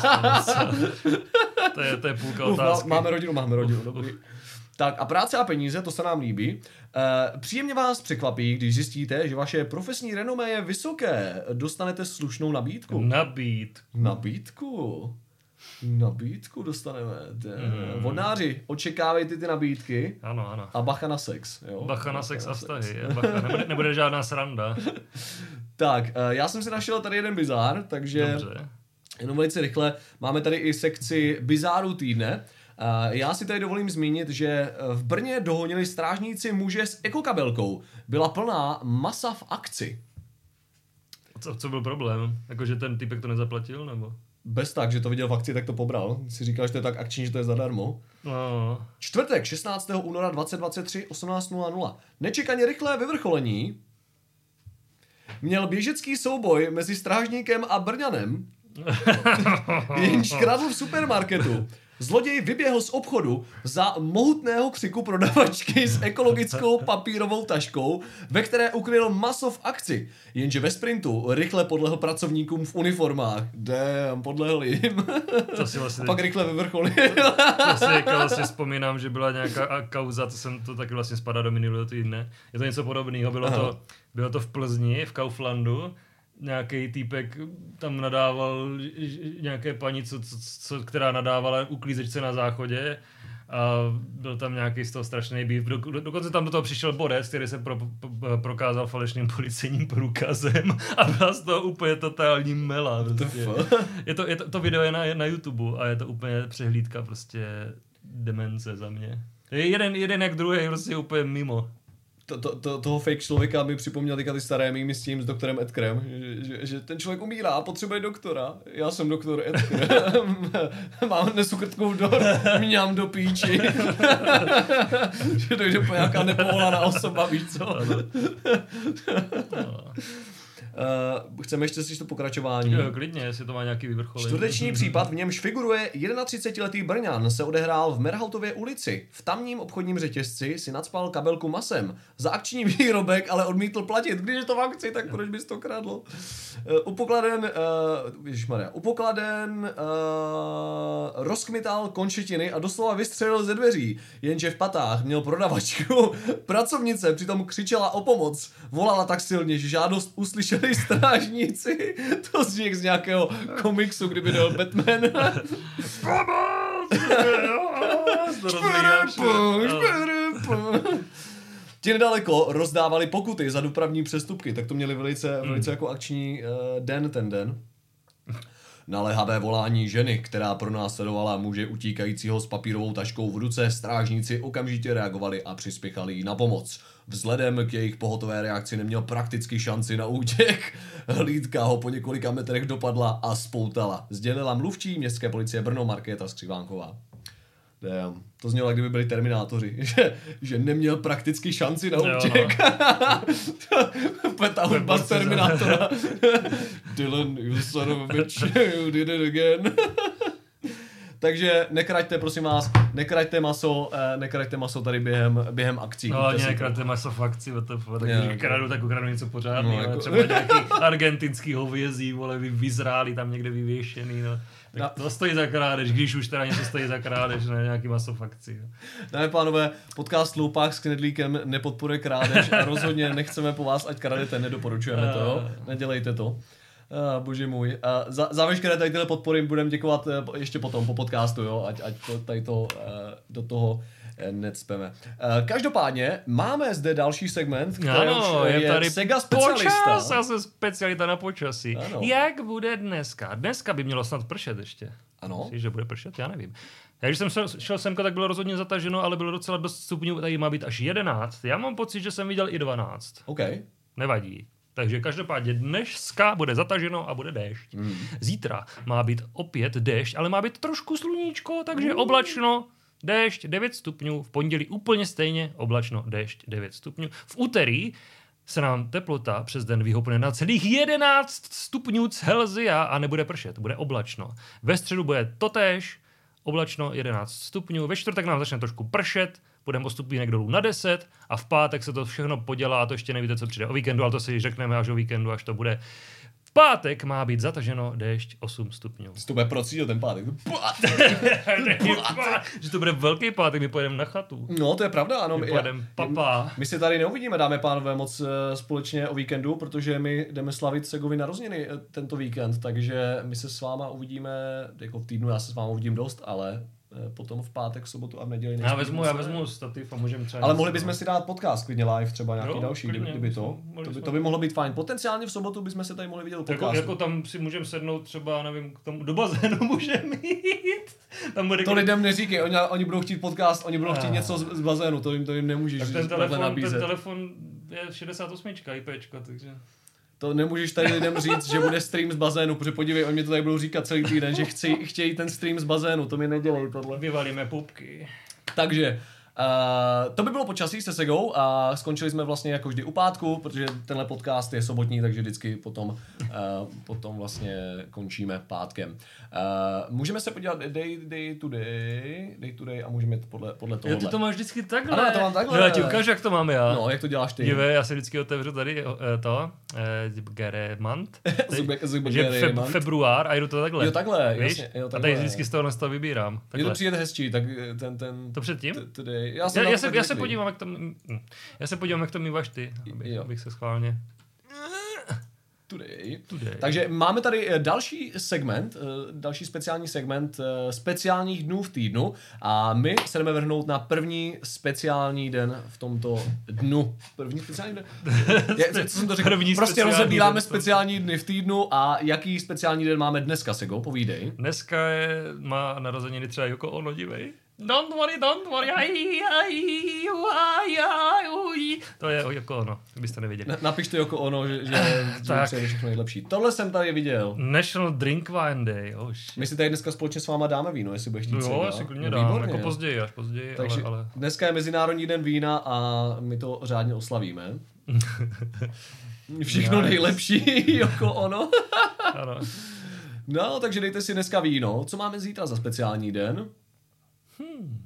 to, je, to je půlka Uf, otázky. máme rodinu, máme rodinu, dobrý. Tak a práce a peníze, to se nám líbí. E, příjemně vás překvapí, když zjistíte, že vaše profesní renomé je vysoké. Dostanete slušnou nabídku. Nabít. Nabídku? Nabídku dostaneme. Mm. Vodnáři, očekávejte ty nabídky. Ano, ano. A bacha na sex. Jo? Bacha na sex a vztahy. Bacha. Nebude, nebude žádná sranda. Tak, já jsem si našel tady jeden bizár, takže Dobře. jenom velice rychle. Máme tady i sekci bizárů týdne. Já si tady dovolím zmínit, že v Brně dohonili strážníci muže s ekokabelkou. Byla plná masa v akci. Co, co byl problém? Jakože ten typek to nezaplatil, nebo? Bez tak, že to viděl v akci, tak to pobral. Si říkal, že to je tak akční, že to je zadarmo. No. Čtvrtek, šestnáctého února dvacet dvacet tři, osmnáct nula nula. Nečekaně rychlé vyvrcholení. Měl běžecký souboj mezi strážníkem a Brňanem, jenž kradl v supermarketu. Zloděj vyběhl z obchodu za mohutného křiku prodavačky s ekologickou papírovou taškou, ve které ukryl maso v akci, jenže ve sprintu rychle podlehl pracovníkům v uniformách. Damn, podlehl jim. To si vlastně A pak rychle vyvrcholil. To si jako vlastně vzpomínám, že byla nějaká kauza, to jsem to taky vlastně spadá do minulého týdne. Je to něco podobného, bylo to, bylo to v Plzni, v Kauflandu. Nějaký týpek tam nadával nějaké paní, co, co, co, která nadávala uklízečce na záchodě a byl tam nějaký z toho strašný býv. Do, do, dokonce tam do toho přišel borec, který se pro, pro, prokázal falešným policejním průkazem a byla z toho úplně totální mela. Prostě. Je to, je to, to video je na, na YouTube a je to úplně přehlídka prostě demence za mě. Je jeden, jeden jak druhý prostě úplně mimo. To, to, to, toho fake člověka mi připomněl teďka ty staré mýmy s tím, s doktorem Edkrem, že, že, že ten člověk umírá a potřebuje doktora. Já jsem doktor Edker. Mám nesu krtkou do, mňám do píči. Že to je úplně nějaká nepovolaná osoba, víš co? Uh, chceme ještě slyšet to pokračování. Jo, klidně, jestli to má nějaký vyvrcholení. Čtvrteční případ, v němž figuruje třicetijednoletý Brňan, se odehrál v Merhautově ulici. V tamním obchodním řetězci si nacpal kabelku masem. Za akční výrobek ale odmítl platit. Když je to v akci, tak proč bys to kradl? Uh, upokladen, uh, ježišmarja, upokladen uh, rozkmital končetiny a doslova vystřelil ze dveří. Jenže v patách měl prodavačku. Pracovnice přitom křičela o pomoc. Volala tak silně, že žádost uslyšeli strážníci. To z něk z nějakého komiksu, kdyby byl Batman. Ti nedaleko rozdávali pokuty za dopravní přestupky, tak to měli velice, velice jako akční uh, den ten den. Naléhavé volání ženy, která pronásledovala muže utíkajícího s papírovou taškou v ruce, strážníci okamžitě reagovali a přispěchali jí na pomoc. Vzhledem k jejich pohotové reakci neměl prakticky šanci na útěk. Hlídka ho po několika metrech dopadla a spoutala. Sdělila mluvčí městské policie Brno Markéta Skřivánková. Damn. To znělo, jak kdyby byli terminátoři, že, že neměl prakticky šanci na útěk. Peta hudba z Terminátora. Dylan, you son of a bitch, you did it again. Takže nekraťte, prosím vás, nekraťte maso, nekraťte maso tady během, během akcí. No, ani nekraťte maso v akci, tak když kradu, tak ukradu něco pořádného, no, jako... třeba nějaký argentinský hovězí, vole, vyzráli tam někde vyvěšený, no. Tak no. To stojí za krádež, když už teda něco stojí za krádež, ne nějaký maso v akci. No. Dámy pánové, podcast Loupák s Knedlíkem nepodporuje krádež a rozhodně nechceme po vás, ať kradete, nedoporučujeme to, jo? Nedělejte to. Uh, bože můj. Uh, za, za veškeré tady tyhle podpory budeme děkovat uh, ještě potom po podcastu, jo, ať, ať to, tady to uh, do toho uh, necpeme. Uh, každopádně máme zde další segment, který ano, je, je tady Sega specialista. Počas, zase specialita na počasí. Ano. Jak bude dneska? Dneska by mělo snad pršet ještě. Ano. Myslíš, že bude pršet? Já nevím. Já když jsem šel semka, tak bylo rozhodně zataženo, ale bylo docela dost stupňů, tady má být až jedenáct. Já mám pocit, že jsem viděl i dvanáct. OK. Nevadí. Takže každopádně dneska bude zataženo a bude déšť. Mm. Zítra má být opět déšť, ale má být trošku sluníčko, takže mm. oblačno, déšť devět stupňů. V pondělí úplně stejně oblačno, déšť devět stupňů. V úterý se nám teplota přes den vyhoupne na celých jedenáct stupňů Celsia a nebude pršet, bude oblačno. Ve středu bude totéž, oblačno jedenáct stupňů, ve čtvrtek nám začne trošku pršet, budeme o stupínek dolů na deset a v pátek se to všechno podělá a to ještě nevíte, co přijde o víkendu, ale to si řekneme až o víkendu, až to bude. V pátek má být zataženo déšť osm stupňů. Jsi to bude procítil ten pátek. Že to bude velký pátek, my pojedeme na chatu. No, to je pravda, ano. My pojedeme papá. My si tady neuvidíme, dáme pánové, moc uh, společně o víkendu, protože my jdeme slavit Segovi narozeniny uh, tento víkend, takže my se s váma uvidíme, jako v týdnu já se s váma uvidím dost, ale uh, potom v pátek, v sobotu a v neděli. Já vezmu, já vezmu stativ a můžeme třeba... Ale mohli bychom si dát podcast klidně live, třeba nějaký jo, další, klidně, kdyby, kdyby to. To by, to by mohlo být fajn. Potenciálně v sobotu bychom se tady mohli vidět podcast. Jako, jako tam si můžeme sednout třeba, nevím, k tomu, do bazénu můžeme jít. Tam bude to kdy... lidem neříkej, oni, oni budou chtít podcast, oni budou chtít ah. něco z, z bazénu, to jim, to jim nemůžeš tak ten telefon, ten telefon je šedesát osm IPčko, takže... To nemůžeš tady lidem říct, že bude stream z bazénu, protože podívej, oni mi to tady budou říkat celý týden, že chci, chtějí ten stream z bazénu, to mi nedělej tohle. Vyvalíme pupky. Takže, uh, to by bylo počasí se Segou a skončili jsme vlastně jako vždy u pátku, protože tenhle podcast je sobotní, takže vždycky potom, uh, potom vlastně končíme pátkem. Uh, můžeme se podívat day, day to day, day to day a můžeme jít podle, podle tohohle. Jo, ty to máš vždycky takhle. Ano, to mám takhle. No, já ti ukážu, jak to mám já. No, jak to děláš ty. Dívej, já se vždycky otevřu tady to, Zibgeremant, že fe, február a jdu to takhle. Jo, takhle, víš? jasně. Jo, takhle. A tady vždycky z toho z toho vybírám. Mně to přijde hezčí, tak ten, ten... To předtím? Today. Já, já, já, se, já se podívám, jak to, já se podívám, jak to míváš ty, abych, abych se schválně... Today. Today. Takže máme tady další segment, další speciální segment speciálních dnů v týdnu a my se jdeme vrhnout na první speciální den v tomto dnu. První speciální den? Je, co jsem to řekl? První prostě rozebíráme den speciální dny v týdnu a jaký speciální den máme dneska, Sego? Povídej. Dneska je, má narozeniny třeba Yoko Ono, dívej. Don't worry, don't worry, aj, aj, aj, aj, to je Yoko Ono, byste nevěděli. Na, napište Yoko Ono, že, že, že je všechno nejlepší. Tohle jsem tady viděl. National Drink Wine Day. Oh, my si tady dneska společně s váma dáme víno, jestli budeš chtít. Jo, já si klidně dám, výborně. Jako později, až později, takže ale, ale... dneska je Mezinárodní den vína a my to řádně oslavíme. Všechno nejlepší, Yoko Ono. Ano. No, takže dejte si dneska víno. Co máme zítra za speciální den? Hmm.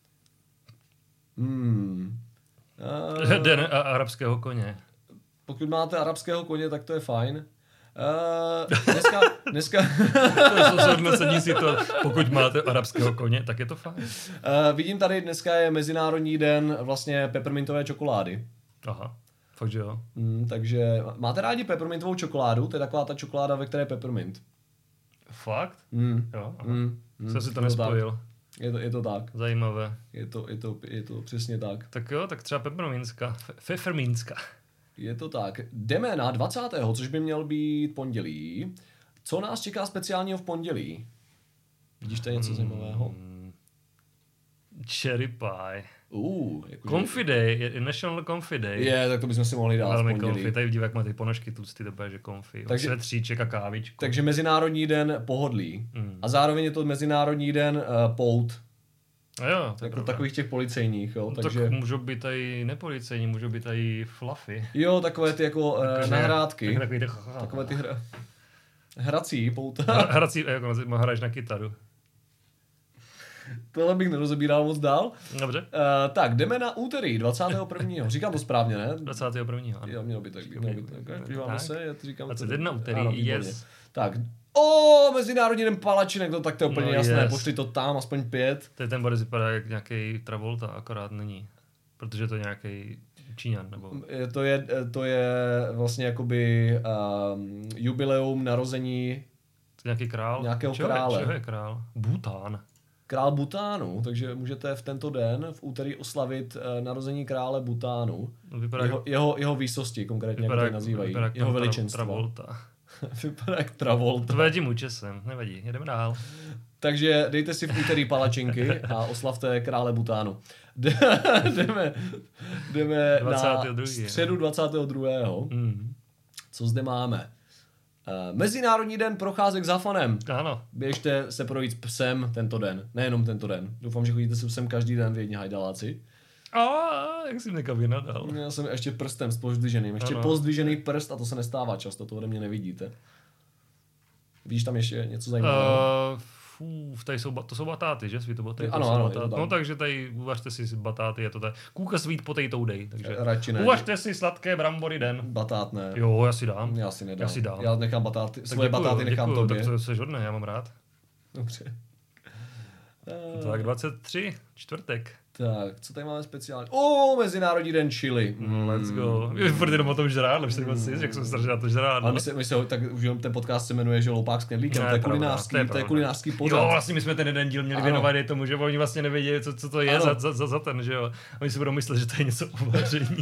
Hmm. Uh, Den a arabského koně. Pokud máte arabského koně, tak to je fajn. Uh, dneska... dneska... Zhodnocení si to, pokud máte arabského koně, tak je to fajn. Uh, vidím tady, dneska je Mezinárodní den vlastně peppermintové čokolády. Aha, fakt že jo. Hmm, takže máte rádi peppermintovou čokoládu? To je taková ta čokoláda, ve které je peppermint. Fakt? Hmm. Jo, aha. Hmm. Hmm. Jsem si to nespojil. Tak. Je to, je to tak. Zajímavé. Je to, je, to, je to přesně tak. Tak jo, tak třeba peppermintská. Pfeffermintská. Je to tak. Jdeme na dvacátého což by měl být pondělí. Co nás čeká speciálního v pondělí? Vidíš tady něco hmm. zajímavého? Cherry pie. Uh, jako Confy Day, je National Confy Day. Je, tak to bychom si mohli dát velmi v pondělí. Confy, tady vidím, jak má ty ponožky tlustý, to bude, že Confy. Takže svetříček a kávičku. Takže Mezinárodní den pohodlí. Mm. A zároveň je to Mezinárodní den uh, pout. A jo, to jako takových těch policejních, jo. No, takže... Tak můžou být i nepolicejní, můžou být i fluffy. Jo, takové ty jako uh, nahrádky. Tak, takový ty... Takové ty hra... hrací pouta. Hra, hrací, jako hraješ na kytaru. Tohle bych nerozebíral moc dál. Dobře. Uh, tak, jdeme na úterý, dvacátého prvního Říkám to správně, ne? dvacátého prvního Jo, mělo by tak. Mělo by tak. Díváme se, já to říkám. dvacátého prvního úterý, ano, yes. Tak, o, Mezinárodní den palačinek, no tak to je úplně no, jasné, yes. Pošli to tam, aspoň pět. To je ten bodec vypadá jak nějaký Travolta, akorát není. Protože to je nějaký Číňan, nebo... To je, to je vlastně jakoby um, jubileum narození To nějaký král? nějakého čeho krále. Je, čeho je král? Bhután. Král Bhutánu, takže můžete v tento den v úterý oslavit uh, narození krále Bhutánu. Vypadá, Jeho, jeho, jeho výsosti konkrétně, jak vypadá, to nazývají. vypadá Jeho tra- veličenstvo. Travolta. Vypadá jak Travolta. To tím účesem, nevadí, jedeme dál. Takže dejte si v úterý palačinky a oslavte krále Bhutánu. jdeme jdeme dvacátého na druhého středu dvacátého druhého Mm. Co zde máme? Uh, Mezinárodní den procházek za fanem. Ano. Běžte se projít s psem tento den. Nejenom tento den. Doufám, že chodíte se psem každý den v jedni hajdaláci. A jak jsi mě kam nadal. Já jsem ještě prstem pozdviženým. Ještě Ano. pozdvižený prst a to se nestává často, to ode mě nevidíte. Vidíš tam ještě něco zajímavého? Uh, fů, tady jsou, ba- to jsou batáty, že? Sweet potato, Ano, jsou ano, batáty. je to tak. No takže tady uvařte si batáty, je to tak. Kůka sweet potato day, takže Radši ne. uvařte si sladké brambory den. Batát ne. Jo, já si dám. Já si nedám. Já si dám. Já nechám batáty, Tak svoje děkuju, batáty nechám děkuju, tobě. Tak to, to je hodné, já mám rád. Dobře. Tak dvacet tři, čtvrtek. Tak, co tady máme speciálně? O, Mezinárodní den chili. Mm. Let's go. Je furt jenom o tom žrádle, že si jak jsem strašně na to žrádlo. Ale my se, my se, tak už jenom ten podcast se jmenuje, že Loupák s knedlíkem. Ne, To je pravda, kulinářský, to je to je pravda. kulinářský Jo, pořad. vlastně my jsme ten jeden díl měli Ano. věnovat i tomu, že oni vlastně nevěděli, co, co to je Ano. za, za, za, za ten, že jo. Oni si budou myslet, že to je něco o vaření.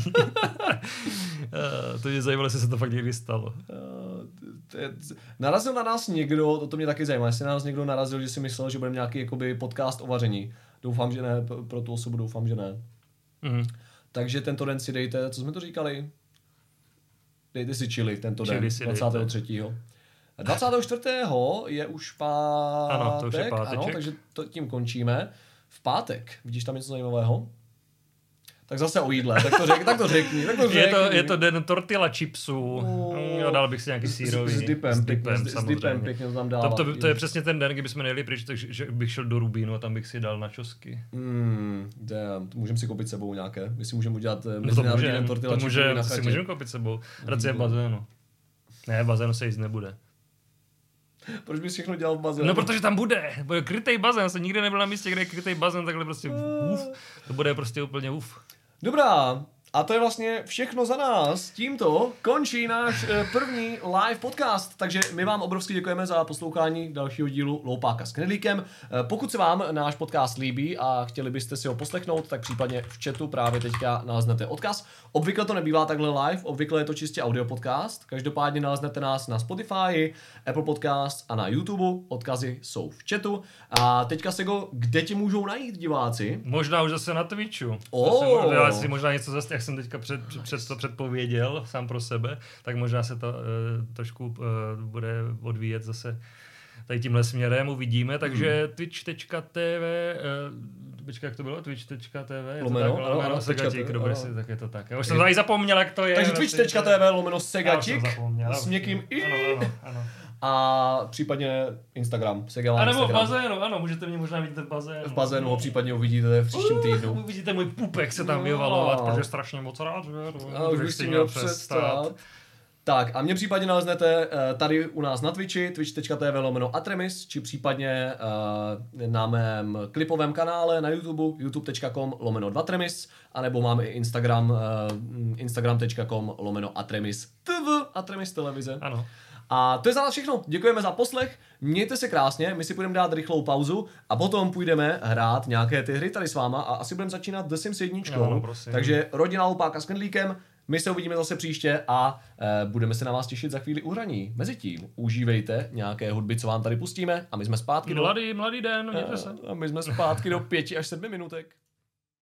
To mě zajímalo, jestli se to fakt někdy stalo. Uh, to je- Narazil na nás někdo, to, to mě taky zajímá, jestli na nás někdo narazil, že si myslel, že budeme nějaký jakoby, podcast o vaření. Doufám, že ne, p- pro tu osobu doufám, že ne. Mhm. Takže tento den si dejte, co jsme to říkali? Dejte si chili tento Chili den, si dvacátého třetího dvacátého čtvrtého je už pátek, Ano, to už je páteček. ano, takže to, tím končíme. V pátek, vidíš tam něco zajímavého? Tak zase o jídle, tak to, řek, tak to řekni, tak to řekni. Je to, je to den tortilla chipsů. Oh. Jo, dal bych si nějaký S- sírový. S, s dipem, s pěkně, dipem, s, s dipem samozřejmě. pěkně to tam To, dává. to, to, je přesně ten den, kdybychom nejeli pryč, takže že bych šel do Rubínu a tam bych si dal načosky. Hmm, damn, to můžeme si koupit sebou nějaké. My si můžeme udělat eh, No to Mezinárodní den můžeme, tortilla to chipsů můžeme, na to si chatě. můžeme koupit sebou. Radši je v bazénu. Ne, v bazénu se jíst nebude. Proč bys všechno dělal v bazénu? No protože tam bude, bude krytej bazén, jsem nikdy nebyl na místě, kde je krytej bazén, takhle prostě uf, to bude prostě úplně uf. Dobrá, a to je vlastně všechno za nás. Tímto končí náš eh, první live podcast, takže my vám obrovsky děkujeme za poslouchání dalšího dílu Loupáka s knedlíkem. Eh, Pokud se vám náš podcast líbí a chtěli byste si ho poslechnout, tak případně v chatu právě teďka naleznete odkaz. Obvykle to nebývá takhle live, obvykle je to čistě audio podcast. Každopádně naleznete nás na Spotify, Apple Podcast a na YouTube. Odkazy jsou v chatu. A teďka, Sego, kde ti můžou najít diváci? Možná už zase na Twitchu. Oh. To jsem, já si možná něco zase, jak jsem teďka před, před, před to předpověděl sám pro sebe, tak možná se to uh, trošku uh, bude odvíjet zase tady tímhle směrem, uvidíme, takže hmm. twitch tečka tv uh, počkej, jak to bylo? twitch tečka tv Lomeno, tak, ano, lomeno ano, Segatík, tečka- dobře, ano. si, tak je to tak. Já už jsem to i zapomněl, jak to je. Takže prostě, twitch tečka tv lomeno Já už jsem Segatik zapomněl, s měkkým i ano, ano, ano. a případně Instagram. Sega A nebo v Instagram. bazénu, ano, můžete mě možná vidět v bazénu. V bazénu ho případně uvidíte v příštím týdnu. Uvidíte můj pupek se tam No. vyvalovat, protože strašně moc rád, že? A už bych si měl přestat. Tak a mě případně naleznete eh, tady u nás na Twitchi, twitch tečka tv lomeno Atremis, či případně uh, na mém klipovém kanále na YouTube, youtube tečka com lomeno Dvatremis, anebo máme i Instagram, uh, instagram tečka com lomeno Atremis tv, Atremis televize. Ano. A to je za nás všechno. Děkujeme za poslech, mějte se krásně, my si budeme dát rychlou pauzu a potom půjdeme hrát nějaké ty hry tady s váma a asi budeme začínat The Sims jedna. Ano, prosím. Takže rodina Loupáka s knedlíkem, my se uvidíme zase příště a e, budeme se na vás těšit za chvíli u hraní. Mezitím užívejte nějaké hudby, co vám tady pustíme a my jsme zpátky do... Mladý, mladý den, mějte se. A my jsme zpátky do pěti až sedmi minutek.